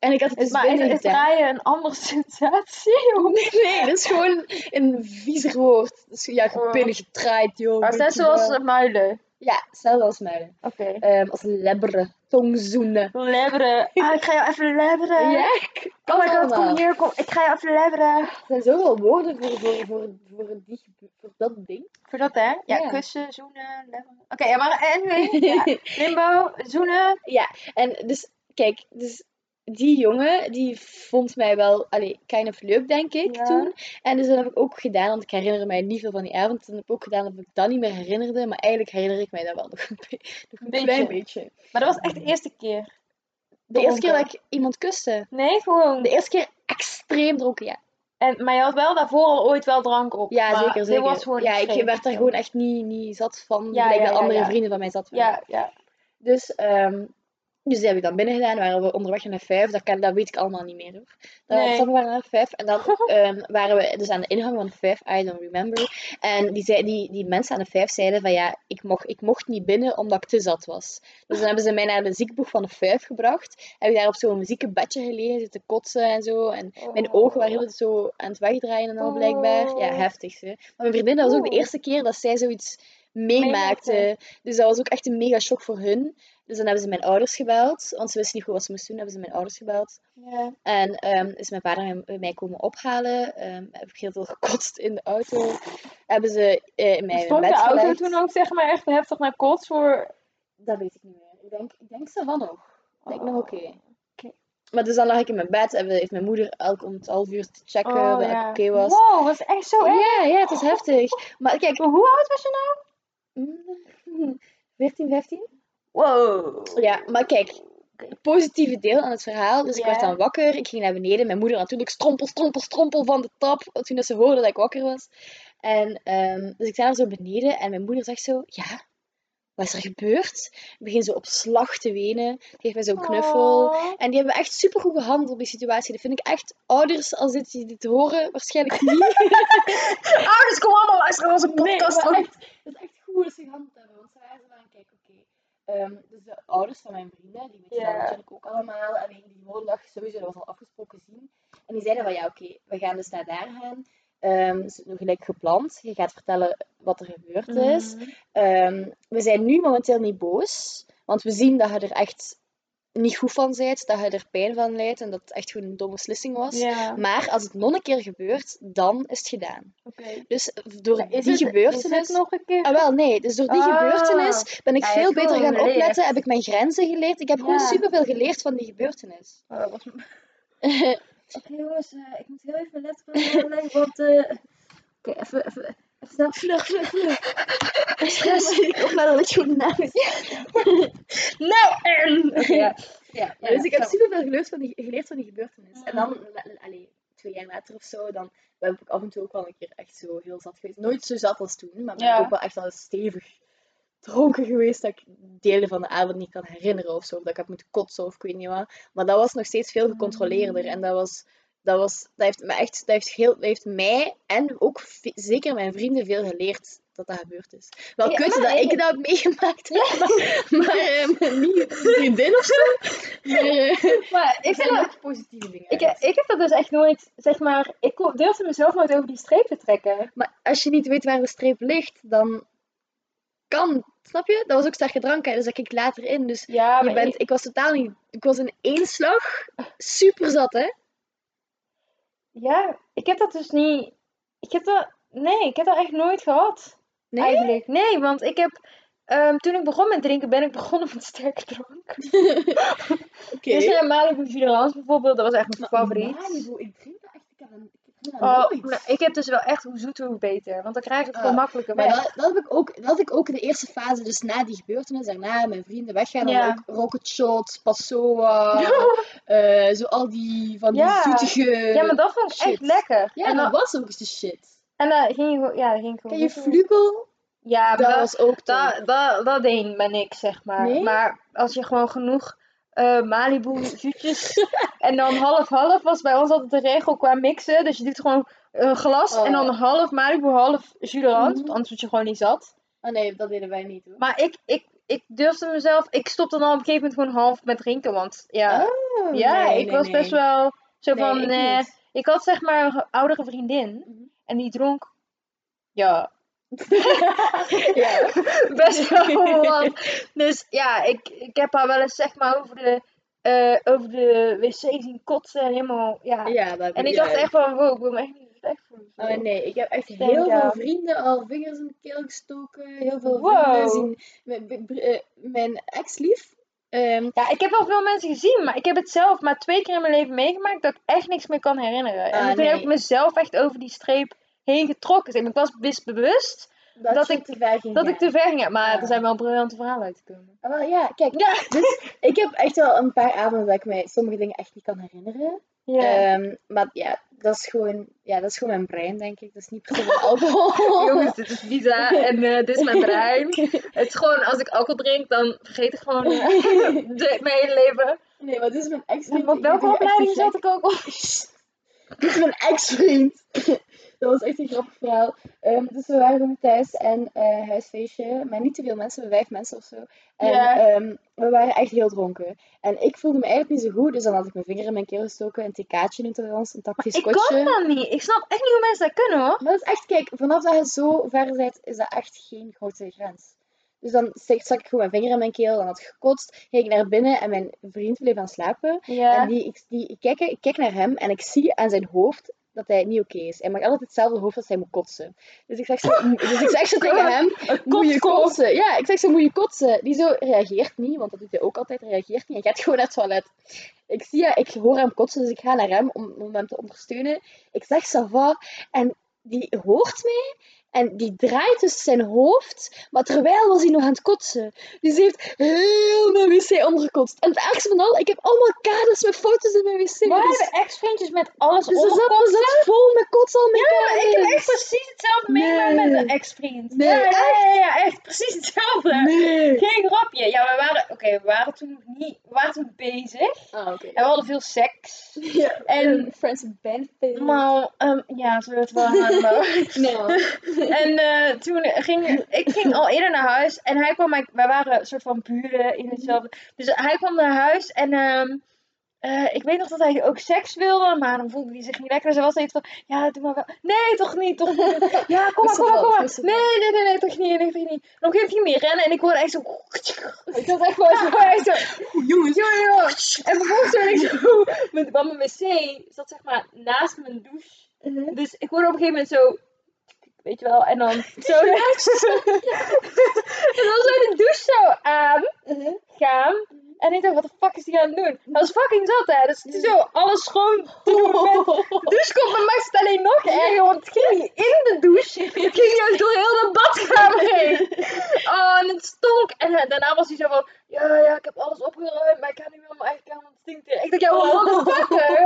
[SPEAKER 2] En ik had het
[SPEAKER 1] Is,
[SPEAKER 2] dus
[SPEAKER 1] maar is,
[SPEAKER 2] binnen
[SPEAKER 1] is
[SPEAKER 2] gedaan.
[SPEAKER 1] draaien een andere sensatie? Of-
[SPEAKER 2] Nee, nee, dat is gewoon een viezer woord. Dus ja,
[SPEAKER 1] Oh.
[SPEAKER 2] binnen getraaid, joh.
[SPEAKER 1] Maar
[SPEAKER 2] weet
[SPEAKER 1] net
[SPEAKER 2] je
[SPEAKER 1] zoals
[SPEAKER 2] wel.
[SPEAKER 1] uh, muilen.
[SPEAKER 2] Ja, hetzelfde als muilen.
[SPEAKER 1] Oké.
[SPEAKER 2] Ehm, als lebberen, tongzoenen.
[SPEAKER 1] Lebberen. Ah, ik ga jou even lebberen.
[SPEAKER 2] Ja, ik
[SPEAKER 1] Oh my
[SPEAKER 2] kan
[SPEAKER 1] god, kom
[SPEAKER 2] allemaal.
[SPEAKER 1] hier, kom. Ik ga jou even lebberen.
[SPEAKER 2] Er zijn zoveel woorden voor, voor, voor, voor, die, gebe- voor dat ding.
[SPEAKER 1] Voor dat, hè? Ja,
[SPEAKER 2] Ja.
[SPEAKER 1] kussen, zoenen, lebberen. Oké, ja, maar anyway. Ja. Limbo, zoenen.
[SPEAKER 2] Ja, en dus, kijk, dus die jongen, die vond mij wel, allee, kind of leuk, denk ik,
[SPEAKER 1] Ja.
[SPEAKER 2] toen. En dus dat heb ik ook gedaan, want ik herinner mij niet veel van die avond. Toen heb ik ook gedaan dat ik dat niet meer herinnerde, maar eigenlijk herinner ik mij dat wel nog een, be- nog een
[SPEAKER 1] Beetje.
[SPEAKER 2] klein beetje.
[SPEAKER 1] Maar dat was echt de eerste keer.
[SPEAKER 2] De eerste keer
[SPEAKER 1] Dronken.
[SPEAKER 2] dat ik iemand kuste.
[SPEAKER 1] Nee, gewoon.
[SPEAKER 2] De eerste keer extreem dronken, ja.
[SPEAKER 1] En, maar je had wel daarvoor al ooit wel drank op.
[SPEAKER 2] Ja,
[SPEAKER 1] maar
[SPEAKER 2] zeker,
[SPEAKER 1] dit
[SPEAKER 2] zeker.
[SPEAKER 1] was gewoon
[SPEAKER 2] Ja, ik
[SPEAKER 1] extreem.
[SPEAKER 2] werd daar gewoon echt niet, niet zat van,
[SPEAKER 1] Ja,
[SPEAKER 2] gelijk
[SPEAKER 1] ja,
[SPEAKER 2] de
[SPEAKER 1] ja,
[SPEAKER 2] andere
[SPEAKER 1] ja.
[SPEAKER 2] vrienden van mij zat waren.
[SPEAKER 1] Ja, ja.
[SPEAKER 2] Dus, ehm, dus die heb ik dan binnen gedaan. Waren we onderweg naar vijf. Dat, kan, dat weet ik allemaal niet meer hoor. Dan
[SPEAKER 1] Nee.
[SPEAKER 2] stappen we naar vijf. En dan ehm, waren we dus aan de ingang van de vijf. I don't remember. En die, zei, die, die mensen aan de vijf zeiden van ja, ik mocht, ik mocht niet binnen omdat ik te zat was. Dus dan hebben ze mij naar de ziekenboeg van de vijf gebracht. Heb ik daar op zo'n ziekenbedje gelegen, zitten kotsen en zo. En mijn ogen waren heel zo aan het wegdraaien en al blijkbaar. Ja, heftig hè. Maar mijn vriendin, dat was ook de
[SPEAKER 1] Oeh.
[SPEAKER 2] eerste keer dat zij zoiets meemaakte.
[SPEAKER 1] Meemaakte.
[SPEAKER 2] Dus dat was ook echt een mega shock voor hun. Dus dan hebben ze mijn ouders gebeld, want ze wisten niet goed wat ze moesten doen. Hebben ze mijn ouders gebeld.
[SPEAKER 1] Ja.
[SPEAKER 2] En ehm, is mijn vader mij, mij komen ophalen. Ehm, heb ik heel veel gekotst in de auto. Hebben ze eh, mij in mijn
[SPEAKER 1] Stond
[SPEAKER 2] bed
[SPEAKER 1] de auto
[SPEAKER 2] gelegd.
[SPEAKER 1] toen ook zeg maar echt heftig naar kots voor...
[SPEAKER 2] Dat weet ik niet meer. Ik denk, ik denk ze van nog. Ik denk nog oké.
[SPEAKER 1] Oké.
[SPEAKER 2] Maar dus dan lag ik in mijn bed. Hebben, heeft mijn moeder elk om het half uur te checken
[SPEAKER 1] Oh,
[SPEAKER 2] dat
[SPEAKER 1] ja.
[SPEAKER 2] ik oké was.
[SPEAKER 1] Wow, was echt zo erg.
[SPEAKER 2] Ja, ja, het is heftig. Maar kijk,
[SPEAKER 1] Maar hoe oud was je nou?
[SPEAKER 2] mm, veertien, vijftien?
[SPEAKER 1] Wow.
[SPEAKER 2] Ja, maar kijk, het positieve deel aan het verhaal. Dus ik
[SPEAKER 1] Ja.
[SPEAKER 2] werd dan wakker, ik ging naar beneden. Mijn moeder natuurlijk strompel, strompel, strompel van de trap. Toen dat ze hoorde dat ik wakker was. En ehm, dus ik sta daar zo beneden en mijn moeder zegt zo, ja, wat is er gebeurd? Ik begin zo op slag te wenen. Die geeft mij zo'n knuffel.
[SPEAKER 1] Oh.
[SPEAKER 2] En die hebben echt supergoed gehandeld op die situatie. Dat vind ik echt, ouders als dit, die dit horen, waarschijnlijk niet.
[SPEAKER 1] Ouders, kom allemaal luisteren naar onze podcast.
[SPEAKER 2] Nee, maar
[SPEAKER 1] want-
[SPEAKER 2] echt, dat is echt goed dat ze gehandeld hebben. Want ze waren zo van, kijk, oké. Ehm, dus de ouders van mijn vrienden, die weten
[SPEAKER 1] Ja.
[SPEAKER 2] dat natuurlijk ook allemaal. En die gingen die volgende dag sowieso, dat was al afgesproken, zien. En die zeiden van, ja, oké, we gaan dus naar daar gaan. Ehm dus nog gelijk gepland. Je gaat vertellen wat er gebeurd is.
[SPEAKER 1] Mhm.
[SPEAKER 2] Ehm, we zijn nu momenteel niet boos. Want we zien dat je er echt niet goed van bent. Dat je er pijn van lijdt. En dat het echt gewoon een domme beslissing was.
[SPEAKER 1] Ja.
[SPEAKER 2] Maar als het nog een keer gebeurt, dan is het gedaan.
[SPEAKER 1] Oké.
[SPEAKER 2] Dus door
[SPEAKER 1] Maar is
[SPEAKER 2] die
[SPEAKER 1] het-
[SPEAKER 2] gebeurtenis...
[SPEAKER 1] Is het nog een keer?
[SPEAKER 2] Ah, wel, nee. Dus door die
[SPEAKER 1] Ah.
[SPEAKER 2] gebeurtenis ben ik
[SPEAKER 1] Ja, je
[SPEAKER 2] veel
[SPEAKER 1] hebt
[SPEAKER 2] beter
[SPEAKER 1] gewoon
[SPEAKER 2] gaan
[SPEAKER 1] geleerd.
[SPEAKER 2] opletten. Heb ik mijn grenzen geleerd. Ik heb gewoon
[SPEAKER 1] Ja.
[SPEAKER 2] superveel geleerd van die gebeurtenis.
[SPEAKER 1] Oh, dat was... Oké jongens, uh, ik moet heel even mijn laptop leggen, want... Uh... Oké, okay, even, even, even snel. Vlug, vlug, vlug. Stress. Ik hoop maar dat het goed naam is. Nou, en... Okay, ja. Ja,
[SPEAKER 2] Ja, dus ik heb
[SPEAKER 1] zo.
[SPEAKER 2] superveel geleerd van die, geleerd van die gebeurtenis. En dan,
[SPEAKER 1] Mhm.
[SPEAKER 2] la- allee, twee jaar later of zo, dan ben ik af en toe ook wel een keer echt zo heel zat geweest. Nooit zo zat als toen, maar ben
[SPEAKER 1] Ja.
[SPEAKER 2] ik ook wel echt al stevig dronken geweest dat ik delen van de avond niet kan herinneren of zo. Of dat ik heb moeten kotsen of ik weet niet wat. Maar dat was nog steeds veel gecontroleerder. En dat was... Dat, was, dat heeft me echt, dat heeft, heel, dat heeft mij en ook ve- zeker mijn vrienden veel geleerd dat dat gebeurd is. Wel,
[SPEAKER 1] Ja,
[SPEAKER 2] kut
[SPEAKER 1] maar
[SPEAKER 2] dat
[SPEAKER 1] ik-
[SPEAKER 2] ik dat heb meegemaakt heb, maar, maar eh, niet een vriendin of zo. Maar eh,
[SPEAKER 1] Maar
[SPEAKER 2] er
[SPEAKER 1] ik
[SPEAKER 2] zijn
[SPEAKER 1] vind dat...
[SPEAKER 2] ook positieve dingen
[SPEAKER 1] Ik,
[SPEAKER 2] uit.
[SPEAKER 1] ik heb dat dus echt nooit, zeg maar... Ik kon- durfde mezelf nooit over die streep te trekken.
[SPEAKER 2] Maar als je niet weet waar de streep ligt, dan kan, snap je? Dat was ook sterke drank, hè, dus dat ik later in. Dus
[SPEAKER 1] Ja,
[SPEAKER 2] je
[SPEAKER 1] maar
[SPEAKER 2] bent, ik was totaal niet, ik was in één slag super zat, hè?
[SPEAKER 1] Ja, ik heb dat dus niet... Ik heb dat... Nee, ik heb dat echt nooit gehad.
[SPEAKER 2] Nee?
[SPEAKER 1] Eigenlijk. Nee, want ik heb... ehm, toen ik begon met drinken, ben ik begonnen met sterke drank.
[SPEAKER 2] Oké.
[SPEAKER 1] Dus uh, Malibu Violence bijvoorbeeld, dat was echt mijn favoriet.
[SPEAKER 2] Malibu, ik drink dat echt, ik heb dat, ik drink dat
[SPEAKER 1] Oh,
[SPEAKER 2] nooit.
[SPEAKER 1] nou, ik heb dus wel echt hoe zoeter hoe beter. Want dan krijg je het
[SPEAKER 2] Ah,
[SPEAKER 1] gewoon makkelijker
[SPEAKER 2] Maar
[SPEAKER 1] weg.
[SPEAKER 2] dat, dat, heb ik ook, dat had ik ook in de eerste fase, dus na die gebeurtenis, daarna mijn vrienden weggaan, dan
[SPEAKER 1] Ja.
[SPEAKER 2] ook rocket shots, passoa, eh, zo al die van die
[SPEAKER 1] Ja.
[SPEAKER 2] zoetige
[SPEAKER 1] Ja, maar dat vond ik
[SPEAKER 2] shit.
[SPEAKER 1] echt lekker.
[SPEAKER 2] Ja,
[SPEAKER 1] en
[SPEAKER 2] dat
[SPEAKER 1] dan,
[SPEAKER 2] was ook eens de shit.
[SPEAKER 1] en dan ging je gewoon... Ja, dan ging ik gewoon...
[SPEAKER 2] Ken je
[SPEAKER 1] zitten.
[SPEAKER 2] Vlugel?
[SPEAKER 1] Ja, maar
[SPEAKER 2] Dat
[SPEAKER 1] dat,
[SPEAKER 2] was ook top.
[SPEAKER 1] dat, dat, dat deed me niks, zeg maar.
[SPEAKER 2] Nee?
[SPEAKER 1] Maar als je gewoon genoeg eh Malibu zuutjes en dan half-half was bij ons altijd de regel qua mixen. Dus je doet gewoon een glas
[SPEAKER 2] Oh,
[SPEAKER 1] en dan
[SPEAKER 2] ja.
[SPEAKER 1] half Malibu, half jus d'orange.
[SPEAKER 2] Mhm.
[SPEAKER 1] Want anders word je gewoon niet zat.
[SPEAKER 2] Oh nee, dat deden wij niet hoor.
[SPEAKER 1] Maar ik, ik, ik durfde mezelf... Ik stopte dan op een gegeven moment gewoon half met drinken. Want ja,
[SPEAKER 2] Oh,
[SPEAKER 1] ja
[SPEAKER 2] nee,
[SPEAKER 1] ik
[SPEAKER 2] nee,
[SPEAKER 1] was
[SPEAKER 2] nee.
[SPEAKER 1] best wel zo
[SPEAKER 2] Nee,
[SPEAKER 1] van...
[SPEAKER 2] ik
[SPEAKER 1] eh,
[SPEAKER 2] niet.
[SPEAKER 1] ik had zeg maar een ge- oudere vriendin.
[SPEAKER 2] Mhm.
[SPEAKER 1] En die dronk... Ja,
[SPEAKER 2] Ja.
[SPEAKER 1] best wel wat. Dus ja, ik, ik heb haar wel eens zeg maar over de, eh, over de wc zien kotsen. En helemaal, ja.
[SPEAKER 2] Ja, dat
[SPEAKER 1] En ik
[SPEAKER 2] ja.
[SPEAKER 1] dacht echt van, wow, ik wil me echt niet slecht voelen. of zo.
[SPEAKER 2] Oh nee, ik heb echt
[SPEAKER 1] Ik denk,
[SPEAKER 2] heel
[SPEAKER 1] ja.
[SPEAKER 2] veel vrienden al vingers in de keel gestoken. Heel veel
[SPEAKER 1] Wow.
[SPEAKER 2] vrienden zien... Mijn, b- b- eh, mijn ex-lief... ehm,
[SPEAKER 1] Ja, ik heb wel veel mensen gezien, maar ik heb het zelf maar twee keer in mijn leven meegemaakt dat ik echt niks meer kan herinneren. En
[SPEAKER 2] Ah,
[SPEAKER 1] toen
[SPEAKER 2] nee.
[SPEAKER 1] heb ik mezelf echt over die streep heen getrokken. Zeg maar, ik was best bewust
[SPEAKER 2] dat,
[SPEAKER 1] Dat
[SPEAKER 2] je
[SPEAKER 1] ik-
[SPEAKER 2] te ver ging
[SPEAKER 1] dat
[SPEAKER 2] gaan.
[SPEAKER 1] ik te ver ging. Maar
[SPEAKER 2] Ah.
[SPEAKER 1] er zijn wel briljante verhalen uitgekomen.
[SPEAKER 2] Ah, wel, ja, kijk.
[SPEAKER 1] Ja.
[SPEAKER 2] Dus ik heb echt wel een paar avonden dat ik mij sommige dingen echt niet kan herinneren.
[SPEAKER 1] Ja.
[SPEAKER 2] Ehm, maar ja, dat is gewoon, ja, dat is gewoon mijn brein, denk ik. Dat is niet per se van alcohol.
[SPEAKER 1] Jongens, dit is Lisa en eh, dit is mijn brein. Het is gewoon, als ik alcohol drink, dan vergeet ik gewoon eh, de- mijn hele leven.
[SPEAKER 2] Nee, maar dit is mijn ex-vriend.
[SPEAKER 1] Op
[SPEAKER 2] Ik
[SPEAKER 1] welke
[SPEAKER 2] doe echt
[SPEAKER 1] opleiding
[SPEAKER 2] te
[SPEAKER 1] zat
[SPEAKER 2] gek.
[SPEAKER 1] ik ook op?
[SPEAKER 2] Dit is mijn ex-vriend. Dat was echt een grappig verhaal. Ehm, dus we waren gewoon thuis en eh huisfeestje. Maar niet te veel mensen, vijf mensen of zo. En
[SPEAKER 1] Ja.
[SPEAKER 2] ehm, we waren echt heel dronken. En ik voelde me eigenlijk niet zo goed. Dus dan had ik mijn vinger in mijn keel gestoken. Een tkaatje noemt het bij ons. Een tactisch
[SPEAKER 1] Ik kan
[SPEAKER 2] skotje.
[SPEAKER 1] dat niet. Ik snap echt niet hoe mensen dat kunnen hoor.
[SPEAKER 2] Maar dat is echt, kijk, vanaf dat je zo ver bent, is dat echt geen grote grens. Dus dan stak stak ik gewoon mijn vinger in mijn keel, dan had ik gekotst, ging ik naar binnen en mijn vriend bleef aan slapen.
[SPEAKER 1] Ja.
[SPEAKER 2] En die, ik, die, ik, kijk, ik kijk naar hem en ik zie aan zijn hoofd dat hij niet oké is. Hij mag altijd hetzelfde hoofd als hij moet kotsen. Dus ik zeg zo, dus ik zeg zo tegen hem, moet je
[SPEAKER 1] kotkop.
[SPEAKER 2] kotsen? Ja, ik zeg zo, moet je kotsen? Die zo reageert niet, want dat doet hij ook altijd, reageert niet. Hij gaat gewoon naar het toilet. Ik zie ja, ik hoor hem kotsen, dus ik ga naar hem om, om hem te ondersteunen. Ik zeg ça va en die hoort mij en die draait dus zijn hoofd, maar terwijl was hij nog aan het kotsen. Dus hij heeft heel mijn wc ondergekotst. En het ergste van al, ik heb allemaal kaders met foto's in mijn wc.
[SPEAKER 1] Wij
[SPEAKER 2] Dus,
[SPEAKER 1] hebben ex-vriendjes met alles
[SPEAKER 2] dus er zat, er
[SPEAKER 1] onderkotsen.
[SPEAKER 2] zat vol met kots al met
[SPEAKER 1] Ja, maar ik heb
[SPEAKER 2] kaders.
[SPEAKER 1] echt precies hetzelfde
[SPEAKER 2] Nee.
[SPEAKER 1] meegemaakt met een ex-vriend.
[SPEAKER 2] Nee,
[SPEAKER 1] ja, ja, ja, ja, echt precies hetzelfde.
[SPEAKER 2] Nee.
[SPEAKER 1] Geen grapje. Ja, we waren, oké, we waren toen nog niet, we waren toen bezig.
[SPEAKER 2] Ah, oké.
[SPEAKER 1] En we hadden veel seks.
[SPEAKER 2] Ja,
[SPEAKER 1] En-
[SPEAKER 2] Friends with benefits.
[SPEAKER 1] Maar, ehm, ja, zo werd het wel aan.
[SPEAKER 2] Nou.
[SPEAKER 1] En eh, toen ging ik ging al eerder naar huis en hij kwam, wij wij waren een soort van buren in hetzelfde. Dus hij kwam naar huis en ehm, eh, ik weet nog dat hij ook seks wilde, maar dan voelde hij zich niet lekker. Dus hij was steeds van, ja, doe maar wel. Nee, toch niet, toch niet. Ja, kom maar, kom maar, kom maar. Nee, nee, nee, nee, toch niet, nee, toch niet. En op een gegeven moment ging hij rennen en ik hoorde echt zo... Ik was echt gewoon zo, echt zo, jongens, jongens, jongens. En vervolgens toen ik zo, met, want mijn wc zat zeg maar naast mijn douche. Dus ik hoorde op een gegeven moment zo, weet je wel, en dan zo, en dan zo de douche zo aan gaan. En ik dacht, wat de fuck is die aan het doen? Dat was fucking zat, hè. Dus het is zo, alles schoon te doen met de douche komt, maar maakt het alleen nog erger, want het ging niet in de douche. Het ging juist door heel de badkamer heen. Oh, en het stonk. En eh, daarna was hij zo van, ja, ja, ik heb alles opgeruimd, maar ik ga nu wel mijn eigen kamer, want het stinkt hier. Ik dacht, ja, motherfucker.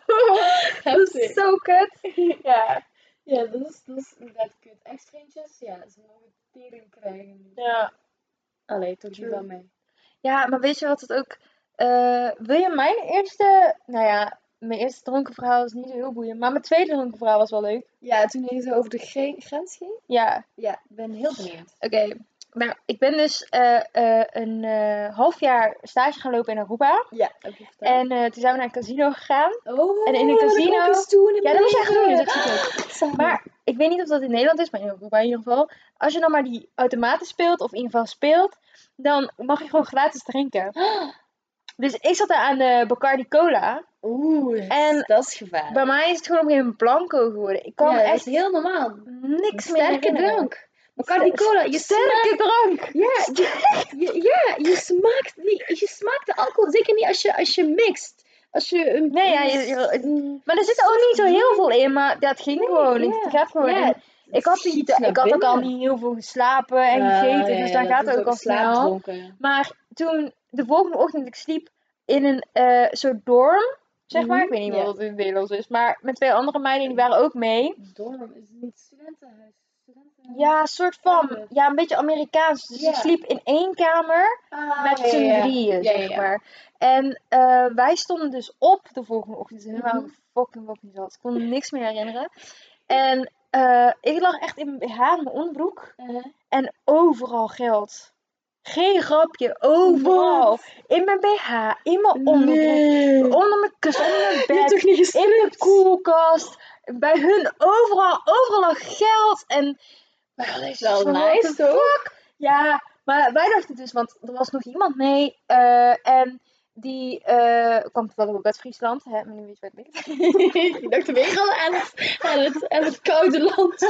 [SPEAKER 1] Dat is zo kut. Ja.
[SPEAKER 2] Ja, dat is, dat is inderdaad kut. Ex-vriendjes, ja, ze mogen tering krijgen.
[SPEAKER 1] Ja.
[SPEAKER 2] Allee, toch niet
[SPEAKER 1] True.
[SPEAKER 2] van mij.
[SPEAKER 1] Ja, maar weet je wat het ook... eh, wil je mijn eerste... Nou ja, mijn eerste dronken verhaal is niet zo heel boeiend. Maar mijn tweede dronken verhaal was wel leuk.
[SPEAKER 2] Ja, toen je zo over de gre- grens ging?
[SPEAKER 1] Ja,
[SPEAKER 2] Ja, ik ben heel benieuwd.
[SPEAKER 1] oké. Nou, ik ben dus eh, eh, een eh, half jaar stage gaan lopen in Aruba.
[SPEAKER 2] Ja, heb je verteld.
[SPEAKER 1] En eh, toen zijn we naar een casino gegaan.
[SPEAKER 2] Oh,
[SPEAKER 1] en in een
[SPEAKER 2] dat wil ik
[SPEAKER 1] casino-
[SPEAKER 2] ook eens doen in
[SPEAKER 1] Ja,
[SPEAKER 2] mijn
[SPEAKER 1] dat moet je echt
[SPEAKER 2] leven.
[SPEAKER 1] doen. Dat is echt leuk.
[SPEAKER 2] Samen.
[SPEAKER 1] Maar ik weet niet of dat in Nederland is, maar in Aruba in ieder geval. Als je dan maar die automaten speelt, of in ieder geval speelt, dan mag je gewoon gratis drinken. Dus ik zat daar aan de Bacardi Cola.
[SPEAKER 2] Oeh, dat is-
[SPEAKER 1] En
[SPEAKER 2] dat is gevaarlijk.
[SPEAKER 1] Bij mij is het gewoon op een gegeven moment blanco geworden. Ik kan
[SPEAKER 2] ja,
[SPEAKER 1] me
[SPEAKER 2] dat
[SPEAKER 1] echt
[SPEAKER 2] is heel normaal.
[SPEAKER 1] niks meer
[SPEAKER 2] Sterke
[SPEAKER 1] herinneren.
[SPEAKER 2] drank. Bacardi Cola, je
[SPEAKER 1] Sterke drank!
[SPEAKER 2] Ja, je, je- ja, je smaakt, die, je smaakt de alcohol. Zeker niet als je, als je mixt. Als je een...
[SPEAKER 1] Nee, ja, je- je- Maar er zit ook niet zo heel veel in, maar dat ging gewoon.
[SPEAKER 2] ja.
[SPEAKER 1] Het gaat gewoon.
[SPEAKER 2] Ja,
[SPEAKER 1] En ik had,
[SPEAKER 2] schiet
[SPEAKER 1] niet,
[SPEAKER 2] naar
[SPEAKER 1] ik had ook al
[SPEAKER 2] binnen.
[SPEAKER 1] niet heel veel geslapen en
[SPEAKER 2] Ah,
[SPEAKER 1] gegeten,
[SPEAKER 2] ja,
[SPEAKER 1] dus dan
[SPEAKER 2] dat
[SPEAKER 1] gaat
[SPEAKER 2] is
[SPEAKER 1] het ook al snel.
[SPEAKER 2] slaapdronken.
[SPEAKER 1] Maar toen, de volgende ochtend, ik sliep in een eh, soort dorm, zeg maar.
[SPEAKER 2] Mhm,
[SPEAKER 1] Ik weet niet
[SPEAKER 2] ja.
[SPEAKER 1] wat het in het Nederlands is, maar met twee andere meiden, die waren ook mee.
[SPEAKER 2] Dorm, is het niet studentenhuis? Studenten...
[SPEAKER 1] Ja, soort van,
[SPEAKER 2] Kamer.
[SPEAKER 1] ja, een beetje Amerikaans. Dus
[SPEAKER 2] Ja.
[SPEAKER 1] ik sliep in één kamer
[SPEAKER 2] Ah,
[SPEAKER 1] met
[SPEAKER 2] ja,
[SPEAKER 1] z'n
[SPEAKER 2] ja, ja.
[SPEAKER 1] drieën,
[SPEAKER 2] Ja,
[SPEAKER 1] zeg
[SPEAKER 2] ja.
[SPEAKER 1] maar. En eh, wij stonden dus op de volgende ochtend. En we waren
[SPEAKER 2] Mhm.
[SPEAKER 1] fucking fucking zat. Ik kon me niks meer herinneren. En eh, ik lag echt in mijn B H, in mijn onderbroek.
[SPEAKER 2] Uh-huh.
[SPEAKER 1] En overal geld. Geen grapje, overal.
[SPEAKER 2] Wat?
[SPEAKER 1] In mijn B H, in mijn onderbroek,
[SPEAKER 2] Nee.
[SPEAKER 1] onder mijn kussen, onder mijn
[SPEAKER 2] Je hebt
[SPEAKER 1] bed,
[SPEAKER 2] toch niet
[SPEAKER 1] in mijn
[SPEAKER 2] geslipt?
[SPEAKER 1] koelkast. Bij hun overal, overal lag geld. En wij hadden echt
[SPEAKER 2] Wel
[SPEAKER 1] zoiets van,
[SPEAKER 2] nice,
[SPEAKER 1] what the
[SPEAKER 2] toch?
[SPEAKER 1] fuck? Ja, maar wij dachten dus, want er was nog iemand mee. eh, en die eh, kwam toevallig ook uit Friesland. Hè, maar nu weet je wat ik weet.
[SPEAKER 2] Ik dacht weer al aan het, aan het, aan het koude land.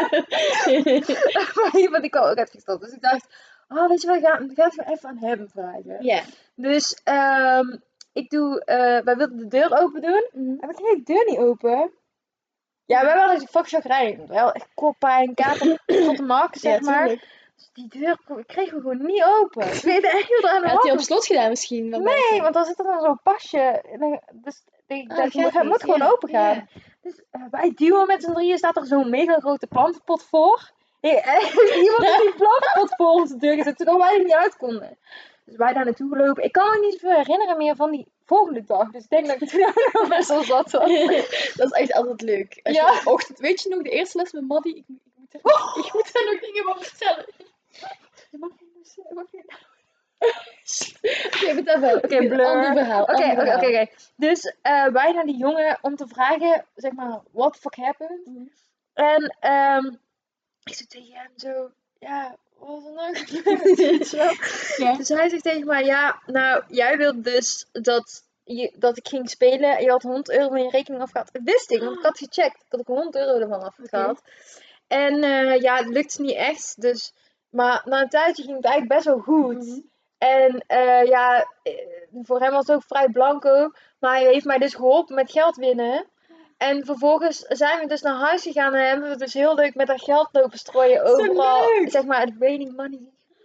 [SPEAKER 1] Maar iemand die kwam ook uit Friesland. Dus ik dacht, oh, weet je wat, ik ga, ik ga het gewoon even aan hem vragen.
[SPEAKER 2] Ja.
[SPEAKER 1] Dus ehm, ik doe, eh, wij wilden de deur open doen.
[SPEAKER 2] Mhm.
[SPEAKER 1] En we kregen de deur niet open. Ja, wij waren dus fuck chagrijnig. Wel echt koppijn, kater tot de mak, zeg
[SPEAKER 2] Ja,
[SPEAKER 1] maar.
[SPEAKER 2] tuurlijk.
[SPEAKER 1] Dus die deur kregen we gewoon niet open. Ik weet echt niet wat er aan de
[SPEAKER 2] Had
[SPEAKER 1] hand
[SPEAKER 2] hij op
[SPEAKER 1] was.
[SPEAKER 2] slot gedaan misschien? wel
[SPEAKER 1] Nee,
[SPEAKER 2] buiten?
[SPEAKER 1] want dan zit er dan zo'n pasje. En dan- Dus ik
[SPEAKER 2] Ah,
[SPEAKER 1] dacht,
[SPEAKER 2] dat
[SPEAKER 1] het
[SPEAKER 2] gaat
[SPEAKER 1] moet
[SPEAKER 2] niet.
[SPEAKER 1] gewoon
[SPEAKER 2] Ja,
[SPEAKER 1] open gaan.
[SPEAKER 2] ja.
[SPEAKER 1] Dus eh, wij duwen met z'n drieën, staat er zo'n mega grote plantenpot voor. Hey, echt, iemand heeft die plantenpot voor onze deur gezet, zodat wij er niet uit konden. Dus wij daar naartoe gelopen. Ik kan me niet zoveel herinneren meer van die volgende dag. Dus ik denk dat ik toen nog best wel zat was.
[SPEAKER 2] Dat is echt altijd leuk. Als
[SPEAKER 1] Ja.
[SPEAKER 2] je in de ochtend, weet je nog, de eerste les met Maddie? Ik, ik, moet daar, ik moet daar nog dingen van vertellen.
[SPEAKER 1] Je mag niet- je mag niet-
[SPEAKER 2] Oké, vertel verder.
[SPEAKER 1] Oké, blur.
[SPEAKER 2] Ander verhaal.
[SPEAKER 1] Oké,
[SPEAKER 2] ander
[SPEAKER 1] oké,
[SPEAKER 2] verhaal.
[SPEAKER 1] oké. oké. Dus eh, wij naar die jongen om te vragen, zeg maar, what the fuck happened?
[SPEAKER 2] Mhm.
[SPEAKER 1] En ehm ik zei tegen hem zo, ja, wat was er nou gebeurd? Weet je wel?
[SPEAKER 2] Ja.
[SPEAKER 1] Dus hij zegt tegen mij, ja, nou, jij wilde dus dat, je, dat ik ging spelen en je had honderd euro van je rekening afgehaald. Dat wist ik, want ik had gecheckt. Ik had ook honderd euro ervan afgehaald. En eh, ja, het lukte niet echt, dus... Maar na een tijdje ging het eigenlijk best wel goed.
[SPEAKER 2] Mhm.
[SPEAKER 1] En eh, ja, eh, voor hem was het ook vrij blanco. Maar hij heeft mij dus geholpen met geld winnen. En vervolgens zijn we dus naar huis gegaan en hebben we dus heel leuk met dat geld lopen strooien
[SPEAKER 2] Zo
[SPEAKER 1] overal.
[SPEAKER 2] leuk!
[SPEAKER 1] Zeg maar, het raining money.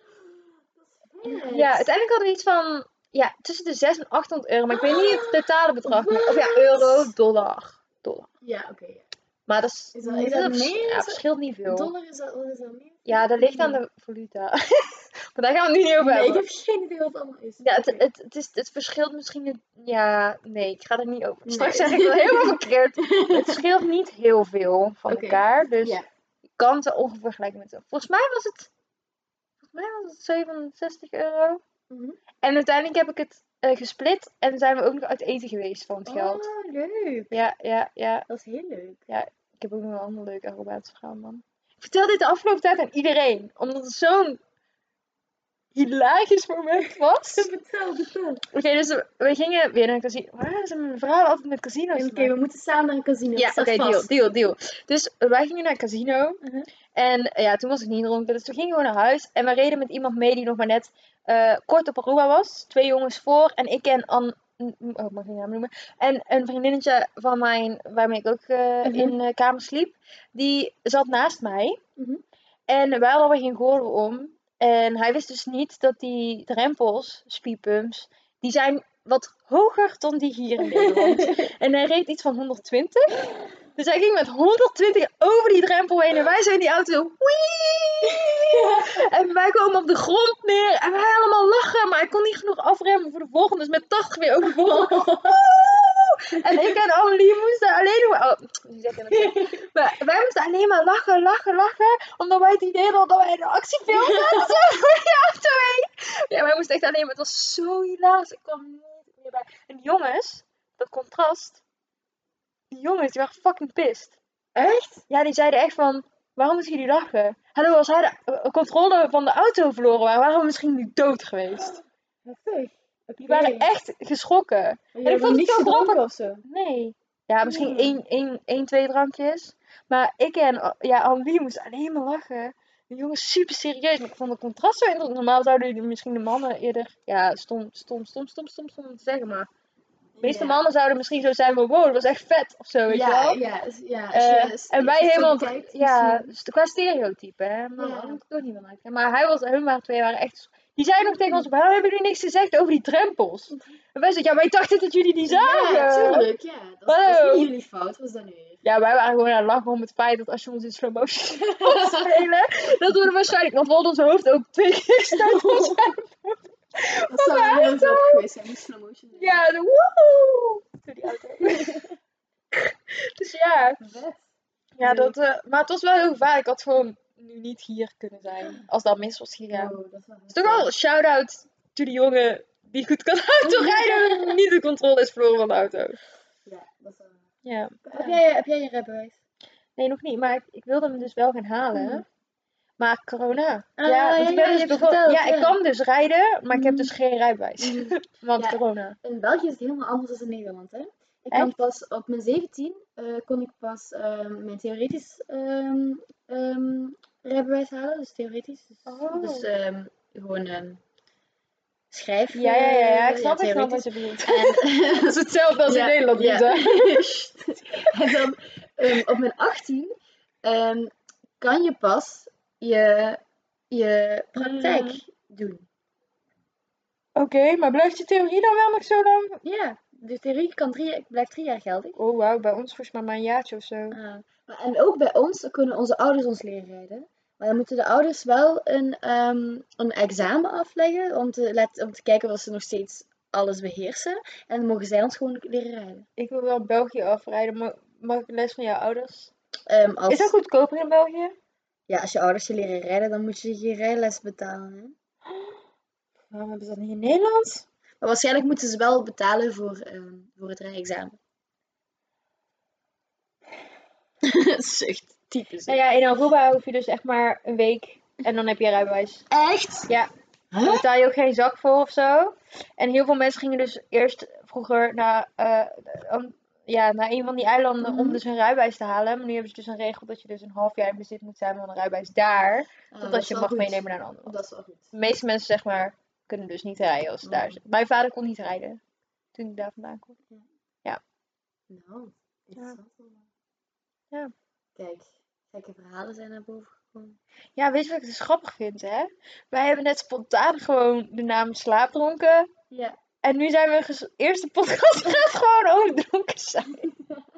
[SPEAKER 2] Vet.
[SPEAKER 1] Ja, uiteindelijk hadden we iets van, ja, tussen de zeshonderd en achthonderd euro. Maar ik weet niet het totale bedrag meer. Of ja, euro, dollar. Dollar.
[SPEAKER 2] Ja, oké. ja.
[SPEAKER 1] Maar dat is,
[SPEAKER 2] Is dat- is dat
[SPEAKER 1] vers-
[SPEAKER 2] meer?
[SPEAKER 1] ja,
[SPEAKER 2] Is dat-
[SPEAKER 1] verschilt niet veel.
[SPEAKER 2] Dollar is dat, wat is dat meer?
[SPEAKER 1] Ja, dat ligt aan de valuta. Maar daar gaan we het nu niet over
[SPEAKER 2] Nee, ik
[SPEAKER 1] hebben.
[SPEAKER 2] heb geen idee wat het allemaal is.
[SPEAKER 1] Ja, het,
[SPEAKER 2] Oké.
[SPEAKER 1] het, het, is, het verschilt misschien... een- Ja, nee, ik ga er niet over.
[SPEAKER 2] Nee.
[SPEAKER 1] Straks zeg ik wel helemaal verkeerd. Het scheelt niet heel veel van
[SPEAKER 2] Oké.
[SPEAKER 1] elkaar. Dus
[SPEAKER 2] Ja.
[SPEAKER 1] je kan het ongeveer vergelijken met... Volgens mij was het... Volgens mij was het zevenhonderdzestig euro.
[SPEAKER 2] Mhm.
[SPEAKER 1] En uiteindelijk heb ik het eh, gesplit. En zijn we ook nog uit eten geweest van het geld.
[SPEAKER 2] Oh, leuk.
[SPEAKER 1] Ja, ja, ja.
[SPEAKER 2] Dat is heel leuk.
[SPEAKER 1] Ik heb ook nog een ander leuk arobaat verhaal, man. Ik vertel dit de afgelopen tijd aan iedereen. Omdat het zo'n hilarisch moment was.
[SPEAKER 2] Vertel, vertel.
[SPEAKER 1] Oké, dus we we gingen weer naar een casino. Waar zijn mijn verhalen altijd met casino's?
[SPEAKER 2] Oké,
[SPEAKER 1] te maken?
[SPEAKER 2] we moeten samen naar een casino.
[SPEAKER 1] Ja,
[SPEAKER 2] dat
[SPEAKER 1] oké,
[SPEAKER 2] staat
[SPEAKER 1] deal,
[SPEAKER 2] vast.
[SPEAKER 1] deal, deal. Dus eh, wij gingen naar een casino.
[SPEAKER 2] Mhm.
[SPEAKER 1] En eh, ja, toen was ik niet dronken. Dus toen gingen we naar huis. En we reden met iemand mee die nog maar net eh, kort op Aruba was. Twee jongens voor. En ik en An... Oh, ik mag geen naam noemen. En een vriendinnetje van mijn, waarmee ik ook eh,
[SPEAKER 2] Mhm.
[SPEAKER 1] in de kamer sliep. Die zat naast mij.
[SPEAKER 2] Mhm.
[SPEAKER 1] En wij hadden alweer geen gordel om. En hij wist dus niet dat die drempels, speedbumps, die zijn wat hoger dan die hier in Nederland. En hij reed iets van honderdtwintig. Dus hij ging met honderdtwintig over die drempel heen. En wij zijn in die auto. Wii! En wij komen op de grond neer. En wij allemaal lachen. Maar ik kon niet genoeg afremmen voor de volgende. Dus met tachtig weer over de volgende. Woe! En ik en Amelie moesten alleen maar... Oh, die zeggen het niet. Maar wij moesten alleen maar lachen, lachen, lachen. Omdat wij het idee hadden dat wij een actiefilm hadden. Zo door die auto heen. Ja, wij moesten echt alleen maar... Het was zo hilarisch. Ik kwam niet meer bij. En die jongens, dat contrast... Die jongens, die waren fucking pissed.
[SPEAKER 2] Echt?
[SPEAKER 1] Ja, die zeiden echt van... Waarom moeten jullie lachen? Hallo, als hij de uh, controle van de auto verloren waren, waren we misschien nu dood geweest.
[SPEAKER 2] Heftig.
[SPEAKER 1] Die waren echt geschrokken.
[SPEAKER 2] En
[SPEAKER 1] ik
[SPEAKER 2] je hebt
[SPEAKER 1] vond het
[SPEAKER 2] niet
[SPEAKER 1] zo
[SPEAKER 2] gedronken
[SPEAKER 1] grappig.
[SPEAKER 2] of zo?
[SPEAKER 1] Nee. Ja, misschien
[SPEAKER 2] Hmm.
[SPEAKER 1] één, één, één, twee drankjes. Maar ik en uh, ja, Amelie moesten alleen maar lachen. De jongens super serieus. Maar ik vond het contrast zo interessant. Normaal zouden jullie misschien de mannen eerder... Ja, stom, stom, stom, stom, stom, stom om te zeggen. Maar de meeste
[SPEAKER 2] Ja.
[SPEAKER 1] mannen zouden misschien zo zijn van... Wow, dat was echt vet. Of zo, weet je
[SPEAKER 2] Ja,
[SPEAKER 1] wel.
[SPEAKER 2] ja, ja. Als
[SPEAKER 1] Eh,
[SPEAKER 2] je, als
[SPEAKER 1] en wij
[SPEAKER 2] je het zo
[SPEAKER 1] helemaal...
[SPEAKER 2] bekijkt,
[SPEAKER 1] Ja,
[SPEAKER 2] misschien.
[SPEAKER 1] dus qua stereotype, hè. Maar
[SPEAKER 2] Ja.
[SPEAKER 1] daar moet ik ook niet van uitgaan. Maar hij was... Hun waren twee waren echt... Die zeiden nog tegen ons... Waarom hebben jullie niks gezegd over die drempels? En wij zeiden... Ja, maar ik dacht dat jullie die zagen.
[SPEAKER 2] Ja, tuurlijk. Ja, dat was, dat
[SPEAKER 1] Hallo.
[SPEAKER 2] was niet jullie fout. Wat was dat nu weer?
[SPEAKER 1] Ja, wij waren gewoon aan het lachen om het feit dat als je ons in slow motion wil spelen, dat we er waarschijnlijk, want we hadden ons hoofd ook twee keer staan.
[SPEAKER 2] Dat zou wel heel grappig geweest zijn. Moest slow motion zijn.
[SPEAKER 1] Ja, de woehoe! Door die auto. Dus ja,
[SPEAKER 2] Vet.
[SPEAKER 1] ja dat, eh, maar het was wel heel gevaarlijk. Ik had gewoon
[SPEAKER 2] nu niet hier kunnen zijn. Als dat mis was gegaan.
[SPEAKER 1] Oh, dat is wel
[SPEAKER 2] Het is toch wel een shout-out to die jongen die goed kan autorijden. Niet de controle is verloren van de auto.
[SPEAKER 1] Ja, dat is wel
[SPEAKER 2] Ja.
[SPEAKER 1] Heb jij, heb jij je rijbewijs?
[SPEAKER 2] Nee, nog niet. Maar ik, ik wilde hem dus wel gaan halen.
[SPEAKER 1] Hmm.
[SPEAKER 2] Maar corona.
[SPEAKER 1] Ah,
[SPEAKER 2] ja, want
[SPEAKER 1] ja,
[SPEAKER 2] ik ben
[SPEAKER 1] ja,
[SPEAKER 2] dus
[SPEAKER 1] je hebt
[SPEAKER 2] begon-
[SPEAKER 1] verteld,
[SPEAKER 2] ja, ik
[SPEAKER 1] ja.
[SPEAKER 2] kan dus rijden, maar ik heb
[SPEAKER 1] Mhm.
[SPEAKER 2] dus geen rijbewijs.
[SPEAKER 1] Mhm.
[SPEAKER 2] Want
[SPEAKER 1] Ja.
[SPEAKER 2] corona.
[SPEAKER 1] In België is het helemaal anders dan in Nederland, hè? Ik
[SPEAKER 2] Echt?
[SPEAKER 1] kan pas op mijn zeventien eh, kon ik pas ehm, mijn theoretisch ehm, ehm, rijbewijs halen, dus theoretisch. Dus,
[SPEAKER 2] Oh.
[SPEAKER 1] dus ehm, gewoon ehm schrijf.
[SPEAKER 2] Ja, ja, ja, ja. Ik
[SPEAKER 1] eh,
[SPEAKER 2] snap echt wel wat
[SPEAKER 1] theoretisch.
[SPEAKER 2] je bedoelt.
[SPEAKER 1] En
[SPEAKER 2] Dat is hetzelfde als in
[SPEAKER 1] Ja,
[SPEAKER 2] Nederland
[SPEAKER 1] ja.
[SPEAKER 2] doen, hè?
[SPEAKER 1] En dan ehm, op mijn achttien ehm, kan je pas je, je praktijk
[SPEAKER 2] Mhm.
[SPEAKER 1] doen.
[SPEAKER 2] Oké, maar blijft je theorie dan wel nog zo lang?
[SPEAKER 1] Ja, de theorie kan drie, blijft drie jaar geldig.
[SPEAKER 2] Oh, wauw. Bij ons volgens mij maar een jaartje of zo.
[SPEAKER 1] Ah, maar en ook bij ons kunnen onze ouders ons leren rijden. Maar dan moeten de ouders wel een, ehm, een examen afleggen om te, laten, om te kijken of ze nog steeds alles beheersen. En dan mogen zij ons gewoon leren rijden.
[SPEAKER 2] Ik wil wel België afrijden. Mag, mag ik les van jouw ouders?
[SPEAKER 1] Ehm, als,
[SPEAKER 2] Is dat goedkoper in België?
[SPEAKER 1] Ja, als je ouders je leren rijden, dan moet je je rijles betalen. Hè?
[SPEAKER 2] Waarom hebben ze dat niet in Nederland?
[SPEAKER 1] Maar waarschijnlijk moeten ze wel betalen voor, ehm, voor het rijexamen. Zucht, type zucht.
[SPEAKER 2] Nou ja, in Aruba hoef je dus echt maar een week en dan heb je rijbewijs.
[SPEAKER 1] Echt?
[SPEAKER 2] Ja, daar
[SPEAKER 1] Huh?
[SPEAKER 2] betaal je ook geen zak voor of zo. En heel veel mensen gingen dus eerst vroeger naar, eh, om- ja, naar een van die eilanden om
[SPEAKER 1] Mhm.
[SPEAKER 2] dus hun rijbewijs te halen. Maar nu hebben ze dus een regel dat je dus een half jaar in bezit moet zijn van een rijbewijs daar.
[SPEAKER 1] Ah,
[SPEAKER 2] Totdat
[SPEAKER 1] dat is
[SPEAKER 2] je
[SPEAKER 1] wel
[SPEAKER 2] mag
[SPEAKER 1] goed.
[SPEAKER 2] meenemen naar een ander.
[SPEAKER 1] Dat is wel goed.
[SPEAKER 2] De meeste mensen, zeg maar, kunnen dus niet rijden als ze daar
[SPEAKER 1] Mhm.
[SPEAKER 2] zijn. Mijn vader kon niet rijden toen ik daar vandaan kwam.
[SPEAKER 1] Nou, interessant allemaal.
[SPEAKER 2] Ja.
[SPEAKER 1] Kijk, gekke verhalen zijn naar boven gekomen.
[SPEAKER 2] Ja, weet je wat ik dus grappig vind, hè? Wij hebben net spontaan gewoon de naam slaapdronken.
[SPEAKER 1] Ja.
[SPEAKER 2] En nu zijn we ges- eerste podcast gaat gewoon over dronken zijn.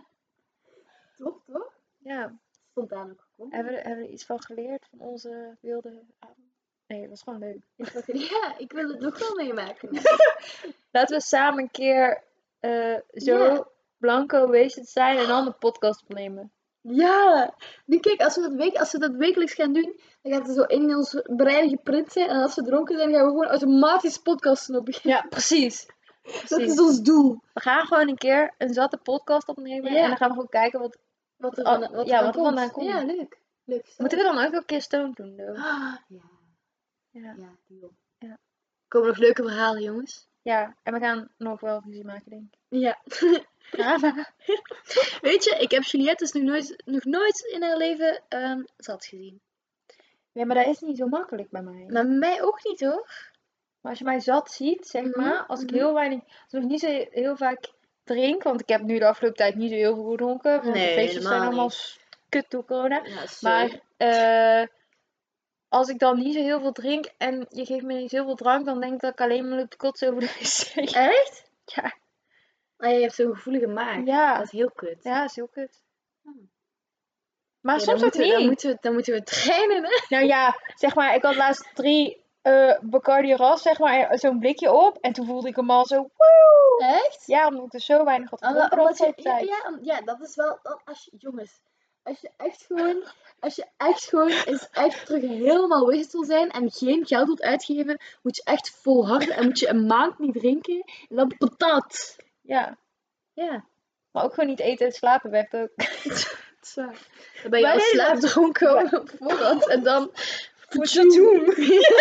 [SPEAKER 1] Toch, toch?
[SPEAKER 2] Ja.
[SPEAKER 1] Spontaan ook gekomen.
[SPEAKER 2] Hebben we, hebben we iets van geleerd van onze wilde avond? Nee, het was gewoon leuk.
[SPEAKER 1] Ik dacht, ja, ik wil het nog wel meemaken.
[SPEAKER 2] Laten we samen een keer eh, zo
[SPEAKER 1] Ja.
[SPEAKER 2] blanco wasted zijn en dan een podcast opnemen.
[SPEAKER 1] Ja! Nu kijk, als we, dat week, als we dat wekelijks gaan doen, dan gaat het zo in ons brein geprint zijn. En als we dronken zijn, gaan we gewoon automatisch podcasten op beginnen.
[SPEAKER 2] Ja, precies.
[SPEAKER 1] Dat is ons doel.
[SPEAKER 2] We gaan gewoon een keer een zatte podcast opnemen
[SPEAKER 1] Ja.
[SPEAKER 2] en dan gaan we gewoon kijken wat...
[SPEAKER 1] Wat er,
[SPEAKER 2] Oh,
[SPEAKER 1] van, wat
[SPEAKER 2] ja,
[SPEAKER 1] er
[SPEAKER 2] wat er
[SPEAKER 1] van
[SPEAKER 2] vandaan
[SPEAKER 1] komt.
[SPEAKER 2] komt.
[SPEAKER 1] Ja, leuk. Leuk.
[SPEAKER 2] Moeten we dan ook een keer stoned doen, though?
[SPEAKER 1] Ah, ja.
[SPEAKER 2] Ja.
[SPEAKER 1] Ja, deal.
[SPEAKER 2] Ja.
[SPEAKER 1] Komen nog leuke verhalen, jongens?
[SPEAKER 2] Ja, en we gaan nog wel ruzie maken, denk ik.
[SPEAKER 1] Ja.
[SPEAKER 2] Drama.
[SPEAKER 1] Weet je, ik heb Juliette dus nog nooit, nog nooit in haar leven ehm, zat gezien.
[SPEAKER 2] Ja, maar dat is niet zo makkelijk bij mij.
[SPEAKER 1] Maar mij ook niet, hoor.
[SPEAKER 2] Maar als je mij zat ziet, zeg
[SPEAKER 1] Mhm,
[SPEAKER 2] maar, als ik
[SPEAKER 1] mhm.
[SPEAKER 2] heel weinig, als ik niet zo heel vaak drink, want ik heb nu de afgelopen tijd niet zo heel veel gedronken, want
[SPEAKER 1] Nee,
[SPEAKER 2] de feestjes zijn
[SPEAKER 1] helemaal
[SPEAKER 2] allemaal
[SPEAKER 1] niet.
[SPEAKER 2] kut door corona.
[SPEAKER 1] Ja, zo.
[SPEAKER 2] Maar eh, als ik dan niet zo heel veel drink en je geeft me niet zoveel drank, dan denk ik dat ik alleen maar loop te kotsen over de wc.
[SPEAKER 1] Echt?
[SPEAKER 2] Ja.
[SPEAKER 1] Ah, je hebt zo'n gevoelige maag.
[SPEAKER 2] Ja.
[SPEAKER 1] Dat is heel kut.
[SPEAKER 2] Ja, is heel kut.
[SPEAKER 1] Hmm.
[SPEAKER 2] Maar
[SPEAKER 1] Oké,
[SPEAKER 2] soms
[SPEAKER 1] dan
[SPEAKER 2] ook
[SPEAKER 1] moeten, we- dan
[SPEAKER 2] niet.
[SPEAKER 1] moeten, we, dan moeten we trainen, hè?
[SPEAKER 2] Nou ja, zeg maar, ik had laatst drie eh Bacardi Ras, zeg maar, zo'n blikje op. En toen voelde ik hem al zo, woe!
[SPEAKER 1] Echt?
[SPEAKER 2] Ja, omdat ik er zo weinig had
[SPEAKER 1] Omdat-
[SPEAKER 2] gedronken de
[SPEAKER 1] omdat je,
[SPEAKER 2] afgelopen
[SPEAKER 1] ja,
[SPEAKER 2] tijd.
[SPEAKER 1] ja, om- ja, dat is wel... dat- Als je, jongens, als je echt gewoon... Als je echt gewoon eens echt terug helemaal weg wil zijn en geen geld wilt uitgeven, moet je echt volharden en moet je een maand niet drinken. En dan patat.
[SPEAKER 2] Ja,
[SPEAKER 1] Ja,
[SPEAKER 2] maar ook gewoon niet eten en slapen werkt ook.
[SPEAKER 1] dat is waar. Dan ben je
[SPEAKER 2] Wij
[SPEAKER 1] al
[SPEAKER 2] deden dat-
[SPEAKER 1] slaapdronken op voorhand en dan...
[SPEAKER 2] Moet je doen?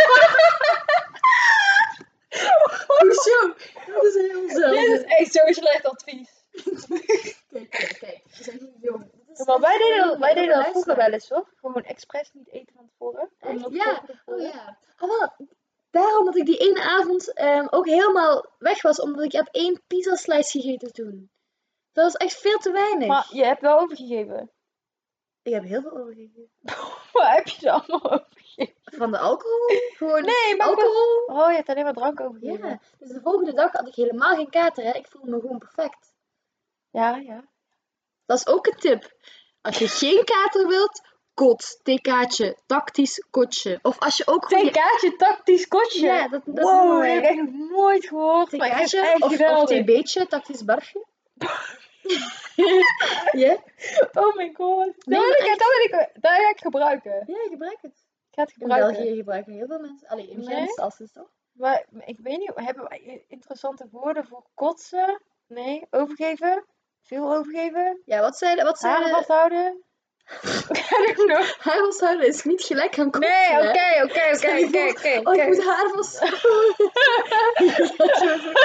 [SPEAKER 1] Hoezo? Dat is heel zelden.
[SPEAKER 2] Dit is echt zo'n slecht advies.
[SPEAKER 1] Kijk, kijk, kijk. We zijn niet jong. Dat is
[SPEAKER 2] Maar wij
[SPEAKER 1] echt
[SPEAKER 2] deden,
[SPEAKER 1] gewoon
[SPEAKER 2] dat- wij
[SPEAKER 1] een
[SPEAKER 2] deden dat
[SPEAKER 1] jonge
[SPEAKER 2] vroeger wel
[SPEAKER 1] luisteraar.
[SPEAKER 2] eens, hoor. Gewoon expres niet eten van tevoren. Om
[SPEAKER 1] Echt?
[SPEAKER 2] nog
[SPEAKER 1] Ja.
[SPEAKER 2] koken te
[SPEAKER 1] Oh
[SPEAKER 2] voelen.
[SPEAKER 1] ja. Ah, wel, daarom dat ik die ene avond ehm, ook helemaal weg was, omdat ik heb één pizza slice gegeten toen. Dat was echt veel te weinig.
[SPEAKER 2] Maar je hebt wel overgegeven.
[SPEAKER 1] Ik heb heel veel overgegeven.
[SPEAKER 2] Waar heb je ze allemaal overgegeven?
[SPEAKER 1] Van de alcohol? Gewoon
[SPEAKER 2] Nee, maar...
[SPEAKER 1] alcohol?
[SPEAKER 2] Oh, je hebt alleen maar drank overgegeven.
[SPEAKER 1] Ja. Dus de volgende dag had ik helemaal geen kater, hè. Ik voelde me gewoon perfect.
[SPEAKER 2] Ja, ja.
[SPEAKER 1] Dat is ook een tip. Als je geen kater wilt, kot, tkaatje, tactisch kotje. Of als je ook gewoon... je-
[SPEAKER 2] Tkaatje, tactisch kotje.
[SPEAKER 1] Ja, dat, dat
[SPEAKER 2] Wow,
[SPEAKER 1] is
[SPEAKER 2] dat heb ik echt nog nooit gehoord. Maar echt,
[SPEAKER 1] tkaatje
[SPEAKER 2] echt
[SPEAKER 1] of, of
[SPEAKER 2] geweldig.
[SPEAKER 1] tbeetje, tactisch barfje. Ja?
[SPEAKER 2] Oh my god.
[SPEAKER 1] Nee,
[SPEAKER 2] dat,
[SPEAKER 1] maar
[SPEAKER 2] wil ik, dat, wil ik, dat ga ik gebruiken.
[SPEAKER 1] Ja, gebruik het.
[SPEAKER 2] Ik ga het
[SPEAKER 1] In
[SPEAKER 2] gebruiken.
[SPEAKER 1] België gebruiken heel veel mensen. Allee, in
[SPEAKER 2] Nee?
[SPEAKER 1] Gent alstens toch?
[SPEAKER 2] Maar ik weet niet, hebben we interessante woorden voor kotsen? Nee, overgeven? Veel overgeven?
[SPEAKER 1] Ja, wat zeiden wat
[SPEAKER 2] Haren
[SPEAKER 1] zeiden
[SPEAKER 2] vasthouden? I don't know.
[SPEAKER 1] Haar vasthouden is niet gelijk aan kotsen,
[SPEAKER 2] Nee,
[SPEAKER 1] hè?
[SPEAKER 2] oké, oké, oké,
[SPEAKER 1] Stel je
[SPEAKER 2] oké,
[SPEAKER 1] voor,
[SPEAKER 2] oké,
[SPEAKER 1] Oh, ik
[SPEAKER 2] oké.
[SPEAKER 1] moet haar vasthouden. Ja, zo zo.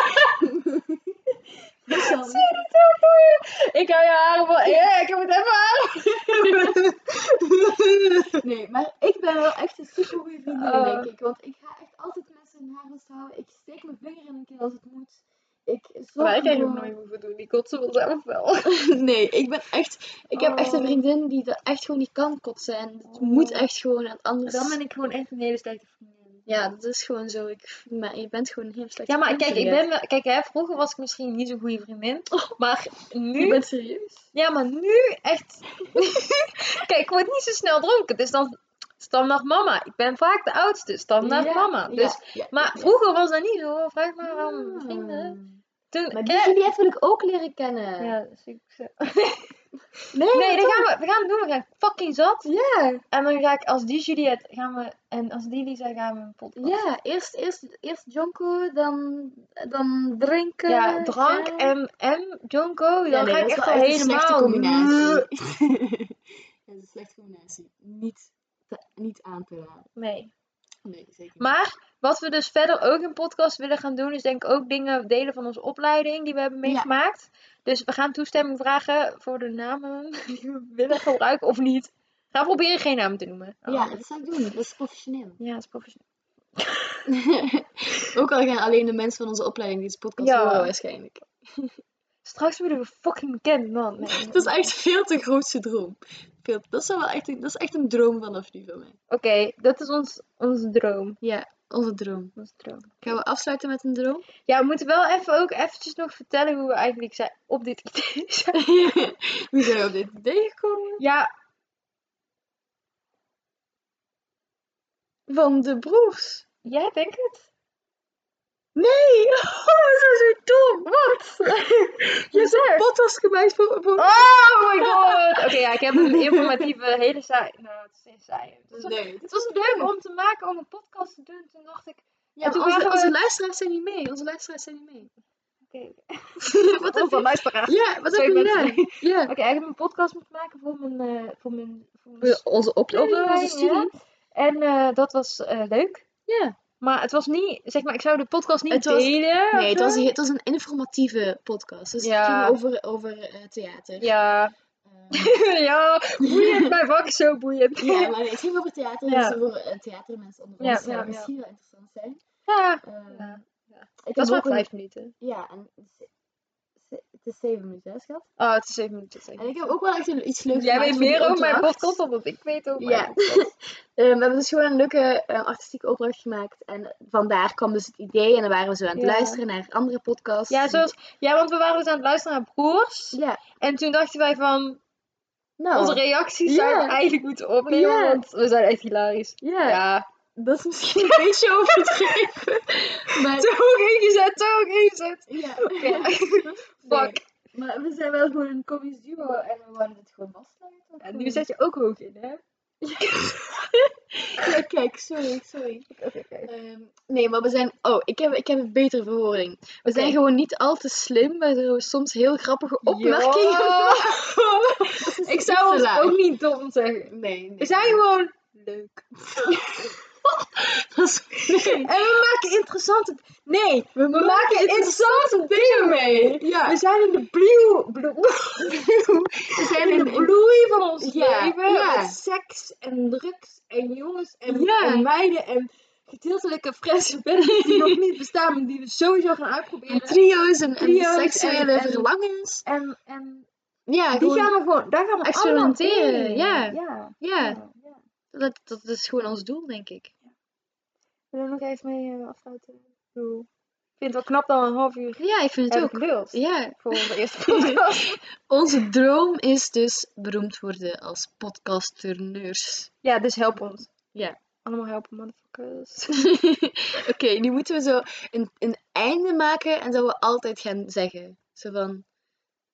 [SPEAKER 1] Dat is wel
[SPEAKER 2] Zie je dat zo voor je? Ik hou je haren van. Ja, ik heb het even haren.
[SPEAKER 1] Nee, maar ik ben wel echt een super goede vriendin,
[SPEAKER 2] Oh.
[SPEAKER 1] denk ik. Want ik ga echt altijd mensen hun haar vasthouden. Ik steek mijn vinger in een keer als het moet. Ik zorg
[SPEAKER 2] Maar ik heb
[SPEAKER 1] ervoor-
[SPEAKER 2] het nooit hoeven doen. Die kotsen wel zelf wel.
[SPEAKER 1] Nee, ik ben echt... Ik heb echt een
[SPEAKER 2] Oh.
[SPEAKER 1] vriendin die dat echt gewoon niet kan kotsen. En het moet echt gewoon, en anders...
[SPEAKER 2] Dan ben ik gewoon echt een hele slechte vriendin.
[SPEAKER 1] Ja, dat is gewoon zo. Ik, maar je bent gewoon een heel slechte
[SPEAKER 2] Ja, maar
[SPEAKER 1] vriendin,
[SPEAKER 2] kijk, ik
[SPEAKER 1] Juliette.
[SPEAKER 2] ben wel, kijk hè, vroeger was ik misschien niet zo'n goede vriendin. Maar nu.
[SPEAKER 1] Je bent serieus?
[SPEAKER 2] Ja, maar nu echt. Kijk, ik word niet zo snel dronken. Dus dan standaard mama. Ik ben vaak de oudste, standaard
[SPEAKER 1] Ja,
[SPEAKER 2] mama.
[SPEAKER 1] ja,
[SPEAKER 2] Dus,
[SPEAKER 1] ja,
[SPEAKER 2] maar
[SPEAKER 1] ja, ja.
[SPEAKER 2] vroeger was dat niet zo. Vraag maar aan
[SPEAKER 1] Ah.
[SPEAKER 2] mijn vrienden. Toen,
[SPEAKER 1] Maar
[SPEAKER 2] kijk-
[SPEAKER 1] die Juliette wil ik ook leren kennen.
[SPEAKER 2] Ja, dus ik.
[SPEAKER 1] Nee,
[SPEAKER 2] Nee,
[SPEAKER 1] maar
[SPEAKER 2] dan
[SPEAKER 1] toch?
[SPEAKER 2] gaan we, we gaan het doen. We gaan fucking zat.
[SPEAKER 1] Ja.
[SPEAKER 2] En dan ga ik als die Juliette gaan we. En als die Lisa gaan we een podcast.
[SPEAKER 1] Ja, eerst, eerst, eerst Jonko, dan, dan drinken.
[SPEAKER 2] Ja, drank
[SPEAKER 1] ja.
[SPEAKER 2] en, en Jonko. Dan
[SPEAKER 1] Ja, nee,
[SPEAKER 2] ga ik
[SPEAKER 1] dat is
[SPEAKER 2] echt
[SPEAKER 1] wel
[SPEAKER 2] al
[SPEAKER 1] echt een slechte
[SPEAKER 2] helemaal.
[SPEAKER 1] combinatie. Dat is een slechte combinatie. Niet, te- niet aan te raden.
[SPEAKER 2] Nee.
[SPEAKER 1] Nee, zeker niet.
[SPEAKER 2] Maar wat we dus verder ook in podcast willen gaan doen, is denk ik ook dingen delen van onze opleiding die we hebben meegemaakt. Dus we gaan toestemming vragen voor de namen die we willen gebruiken of niet. We gaan proberen geen namen te noemen.
[SPEAKER 1] Ja, dat zou ik doen. Dat is professioneel.
[SPEAKER 2] Ja, dat is professioneel.
[SPEAKER 1] Ook al gaan alleen de mensen van onze opleiding deze podcast
[SPEAKER 2] Ja.
[SPEAKER 1] horen waarschijnlijk.
[SPEAKER 2] Straks worden we fucking bekend, man. Nee,
[SPEAKER 1] Dat is echt veel te grootste droom. Veel, dat, is wel echt, een- dat is echt een droom vanaf nu van mij.
[SPEAKER 2] Oké, dat is ons, onze droom.
[SPEAKER 1] Ja, onze droom.
[SPEAKER 2] Onze droom.
[SPEAKER 1] Gaan we afsluiten met een droom?
[SPEAKER 2] Ja, we moeten wel even ook eventjes nog vertellen hoe we eigenlijk zijn op dit idee zijn.
[SPEAKER 1] Hoe zijn we op dit idee gekomen?
[SPEAKER 2] Ja,
[SPEAKER 1] Van de broers.
[SPEAKER 2] jij denkt het?
[SPEAKER 1] Nee! Oh, we zijn zo dom! Wat? Je hebt
[SPEAKER 2] Zeg.
[SPEAKER 1] een podcast gemaakt voor... voor...
[SPEAKER 2] Oh my god! Oké, ja, ik heb een informatieve, hele saai... Nou, het is geen saai. Het was,
[SPEAKER 1] Nee,
[SPEAKER 2] het was leuk om te maken, om een podcast te doen. Toen dacht ik...
[SPEAKER 1] Ja,
[SPEAKER 2] en toen
[SPEAKER 1] maar onze,
[SPEAKER 2] waren we-
[SPEAKER 1] onze luisteraars zijn niet mee. Onze luisteraars zijn niet mee.
[SPEAKER 2] Oké,
[SPEAKER 1] Wat heb
[SPEAKER 2] onze
[SPEAKER 1] je...
[SPEAKER 2] luisteraar.
[SPEAKER 1] Ja, wat heb
[SPEAKER 2] Twee
[SPEAKER 1] je
[SPEAKER 2] mensen.
[SPEAKER 1] gedaan? Ja.
[SPEAKER 2] Oké, ik heb een podcast moeten maken voor mijn... eh, voor mijn, voor mijn
[SPEAKER 1] Voor onze opleiding, onze
[SPEAKER 2] opleiding,
[SPEAKER 1] studie.
[SPEAKER 2] ja. En eh, dat was eh, leuk.
[SPEAKER 1] Ja.
[SPEAKER 2] Maar het was niet... Zeg maar, ik zou de podcast niet
[SPEAKER 1] Het was-
[SPEAKER 2] delen. of
[SPEAKER 1] Nee, het
[SPEAKER 2] zo.
[SPEAKER 1] was, het was een informatieve podcast. Dus
[SPEAKER 2] Ja.
[SPEAKER 1] het ging over, over eh, theater.
[SPEAKER 2] Ja.
[SPEAKER 1] Ehm,
[SPEAKER 2] Ja, boeiend. Mijn vak is zo boeiend.
[SPEAKER 1] ja, maar nee, het ging over theater.
[SPEAKER 2] Ja.
[SPEAKER 1] Dus voor uh, theatermensen onder
[SPEAKER 2] Ja,
[SPEAKER 1] ons zou
[SPEAKER 2] ja,
[SPEAKER 1] het
[SPEAKER 2] ja.
[SPEAKER 1] misschien wel interessant zijn.
[SPEAKER 2] Ja.
[SPEAKER 1] Ehm,
[SPEAKER 2] Ja.
[SPEAKER 1] Ik
[SPEAKER 2] Dat was
[SPEAKER 1] heb
[SPEAKER 2] maar
[SPEAKER 1] ook een...
[SPEAKER 2] vijf minuten.
[SPEAKER 1] Ja, en ze- ze- het is zeven minuten, hè, schat?
[SPEAKER 2] Oh, het is zeven minuten. zeven
[SPEAKER 1] En ik heb
[SPEAKER 2] minuten.
[SPEAKER 1] ook wel echt een, iets leuks
[SPEAKER 2] Jij
[SPEAKER 1] gemaakt
[SPEAKER 2] weet
[SPEAKER 1] voor die
[SPEAKER 2] meer over mijn
[SPEAKER 1] opdracht.
[SPEAKER 2] podcast dan dat ik weet over
[SPEAKER 1] Ja.
[SPEAKER 2] mijn podcast.
[SPEAKER 1] Eh, we hebben dus gewoon een leuke eh, artistieke opdracht gemaakt. En vandaar kwam dus het idee. En dan waren we zo aan het
[SPEAKER 2] Ja.
[SPEAKER 1] luisteren naar andere podcasts.
[SPEAKER 2] Ja, zoals, ja, want we waren dus aan het luisteren naar Broers.
[SPEAKER 1] Ja,
[SPEAKER 2] En toen dachten wij van,
[SPEAKER 1] nou.
[SPEAKER 2] onze reacties
[SPEAKER 1] Ja.
[SPEAKER 2] zouden we eigenlijk moeten opnemen,
[SPEAKER 1] Ja.
[SPEAKER 2] want we zijn echt hilarisch.
[SPEAKER 1] Ja,
[SPEAKER 2] Ja.
[SPEAKER 1] dat is misschien een beetje overdreven. Maar
[SPEAKER 2] Te hoog ingezet, te hoog ingezet.
[SPEAKER 1] ja.
[SPEAKER 2] Oké. Fuck.
[SPEAKER 1] Maar we zijn wel gewoon een komisch duo. En we wilden het gewoon vastleggen. toch?
[SPEAKER 2] En nu zet je ook hoog in, hè?
[SPEAKER 1] Ja, kijk, sorry, sorry.
[SPEAKER 2] Oké, oké.
[SPEAKER 1] Ehm, nee, maar we zijn... Oh, ik heb, ik heb een betere verwoording. We
[SPEAKER 2] Oké.
[SPEAKER 1] zijn gewoon niet al te slim, waardoor we soms heel grappige opmerkingen
[SPEAKER 2] Ja.
[SPEAKER 1] maken.
[SPEAKER 2] Ik zou ons ook niet dom zeggen.
[SPEAKER 1] Nee, nee.
[SPEAKER 2] We zijn gewoon leuk.
[SPEAKER 1] Dat is... Nee.
[SPEAKER 2] En we maken interessante... Nee, we, maken,
[SPEAKER 1] maken
[SPEAKER 2] interessante dingen mee.
[SPEAKER 1] Ja.
[SPEAKER 2] We zijn in de bloei... bloei-
[SPEAKER 1] We zijn
[SPEAKER 2] in de
[SPEAKER 1] in...
[SPEAKER 2] bloei van ons
[SPEAKER 1] Ja,
[SPEAKER 2] leven.
[SPEAKER 1] ja.
[SPEAKER 2] Met seks en drugs en jongens en,
[SPEAKER 1] Ja.
[SPEAKER 2] en meiden en gedeeltelijke frisse bennies die nog niet bestaan, maar die we sowieso gaan
[SPEAKER 1] En
[SPEAKER 2] uitproberen.
[SPEAKER 1] trio's en, en
[SPEAKER 2] Trio's
[SPEAKER 1] seksuele
[SPEAKER 2] en- en-
[SPEAKER 1] verlangens.
[SPEAKER 2] En, en
[SPEAKER 1] Ja,
[SPEAKER 2] die
[SPEAKER 1] gewoon...
[SPEAKER 2] gaan we gewoon... Daar gaan we
[SPEAKER 1] experimenteren,
[SPEAKER 2] allemaal in.
[SPEAKER 1] ja.
[SPEAKER 2] Ja.
[SPEAKER 1] Ja,
[SPEAKER 2] ja, ja.
[SPEAKER 1] dat, dat is gewoon ons doel, denk ik.
[SPEAKER 2] Willen we nog even mee uh, afsluiten? Ik bedoel, ik vind het wel knap dat we een half uur
[SPEAKER 1] Ja, ik vind het
[SPEAKER 2] hebben
[SPEAKER 1] ook.
[SPEAKER 2] geluld
[SPEAKER 1] Ja,
[SPEAKER 2] voor onze eerste podcast.
[SPEAKER 1] onze droom is dus beroemd worden als podcasterneurs.
[SPEAKER 2] Ja, dus help ons.
[SPEAKER 1] Ja.
[SPEAKER 2] Allemaal helpen, motherfuckers.
[SPEAKER 1] Oké, nu moeten we zo een, een einde maken en dat we altijd gaan zeggen. Zo van,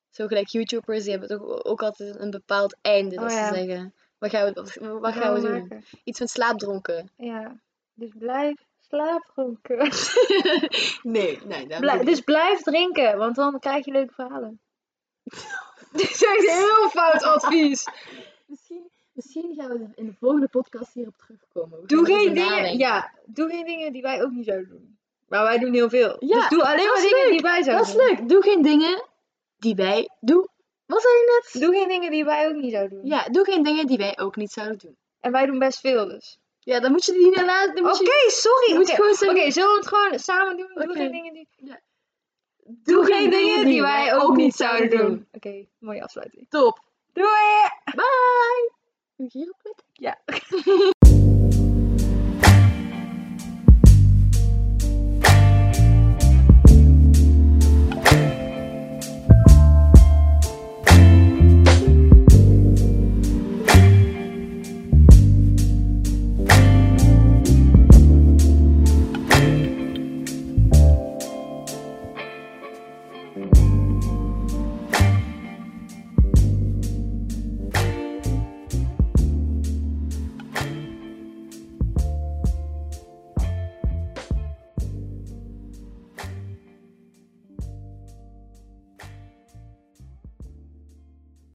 [SPEAKER 2] Zo gelijk YouTubers, die hebben toch ook altijd een bepaald einde dat
[SPEAKER 1] Oh,
[SPEAKER 2] ze
[SPEAKER 1] ja.
[SPEAKER 2] zeggen. Wat gaan we, wat, wat gaan we doen?
[SPEAKER 1] maken?
[SPEAKER 2] Iets met slaapdronken.
[SPEAKER 1] Ja. Dus blijf slaapdronken.
[SPEAKER 2] nee, nee. Dat
[SPEAKER 1] Blij-
[SPEAKER 2] bedoel
[SPEAKER 1] dus blijf drinken, want dan krijg je leuke verhalen. Dit is echt heel fout advies.
[SPEAKER 2] Misschien, misschien gaan we in de volgende podcast hierop terugkomen. We
[SPEAKER 1] Doe
[SPEAKER 2] gaan erover
[SPEAKER 1] geen dingen,
[SPEAKER 2] nadenken.
[SPEAKER 1] ja, doe geen dingen die wij ook niet zouden doen. Maar wij doen heel veel.
[SPEAKER 2] Ja,
[SPEAKER 1] dus doe alleen
[SPEAKER 2] dat
[SPEAKER 1] maar
[SPEAKER 2] is
[SPEAKER 1] dingen
[SPEAKER 2] leuk.
[SPEAKER 1] die wij zouden
[SPEAKER 2] Dat is
[SPEAKER 1] doen.
[SPEAKER 2] leuk. Doe geen dingen die wij... Doe... Wat zei je net?
[SPEAKER 1] Doe geen dingen die wij ook niet zouden doen.
[SPEAKER 2] Ja, doe geen dingen die wij ook niet zouden doen.
[SPEAKER 1] En wij doen best veel dus.
[SPEAKER 2] Ja, dan moet je die niet laten. dan
[SPEAKER 1] Oké,
[SPEAKER 2] moet je-
[SPEAKER 1] sorry.
[SPEAKER 2] je moet
[SPEAKER 1] Oké,
[SPEAKER 2] gewoon zeggen-
[SPEAKER 1] Oké, zullen we het gewoon samen doen? Doe
[SPEAKER 2] Oké.
[SPEAKER 1] geen dingen die...
[SPEAKER 2] Doe geen dingen die wij ook niet zouden doen.
[SPEAKER 1] Oké, mooie afsluiting.
[SPEAKER 2] Top.
[SPEAKER 1] Doei!
[SPEAKER 2] Bye. Moet je hierop letten?
[SPEAKER 1] Ja.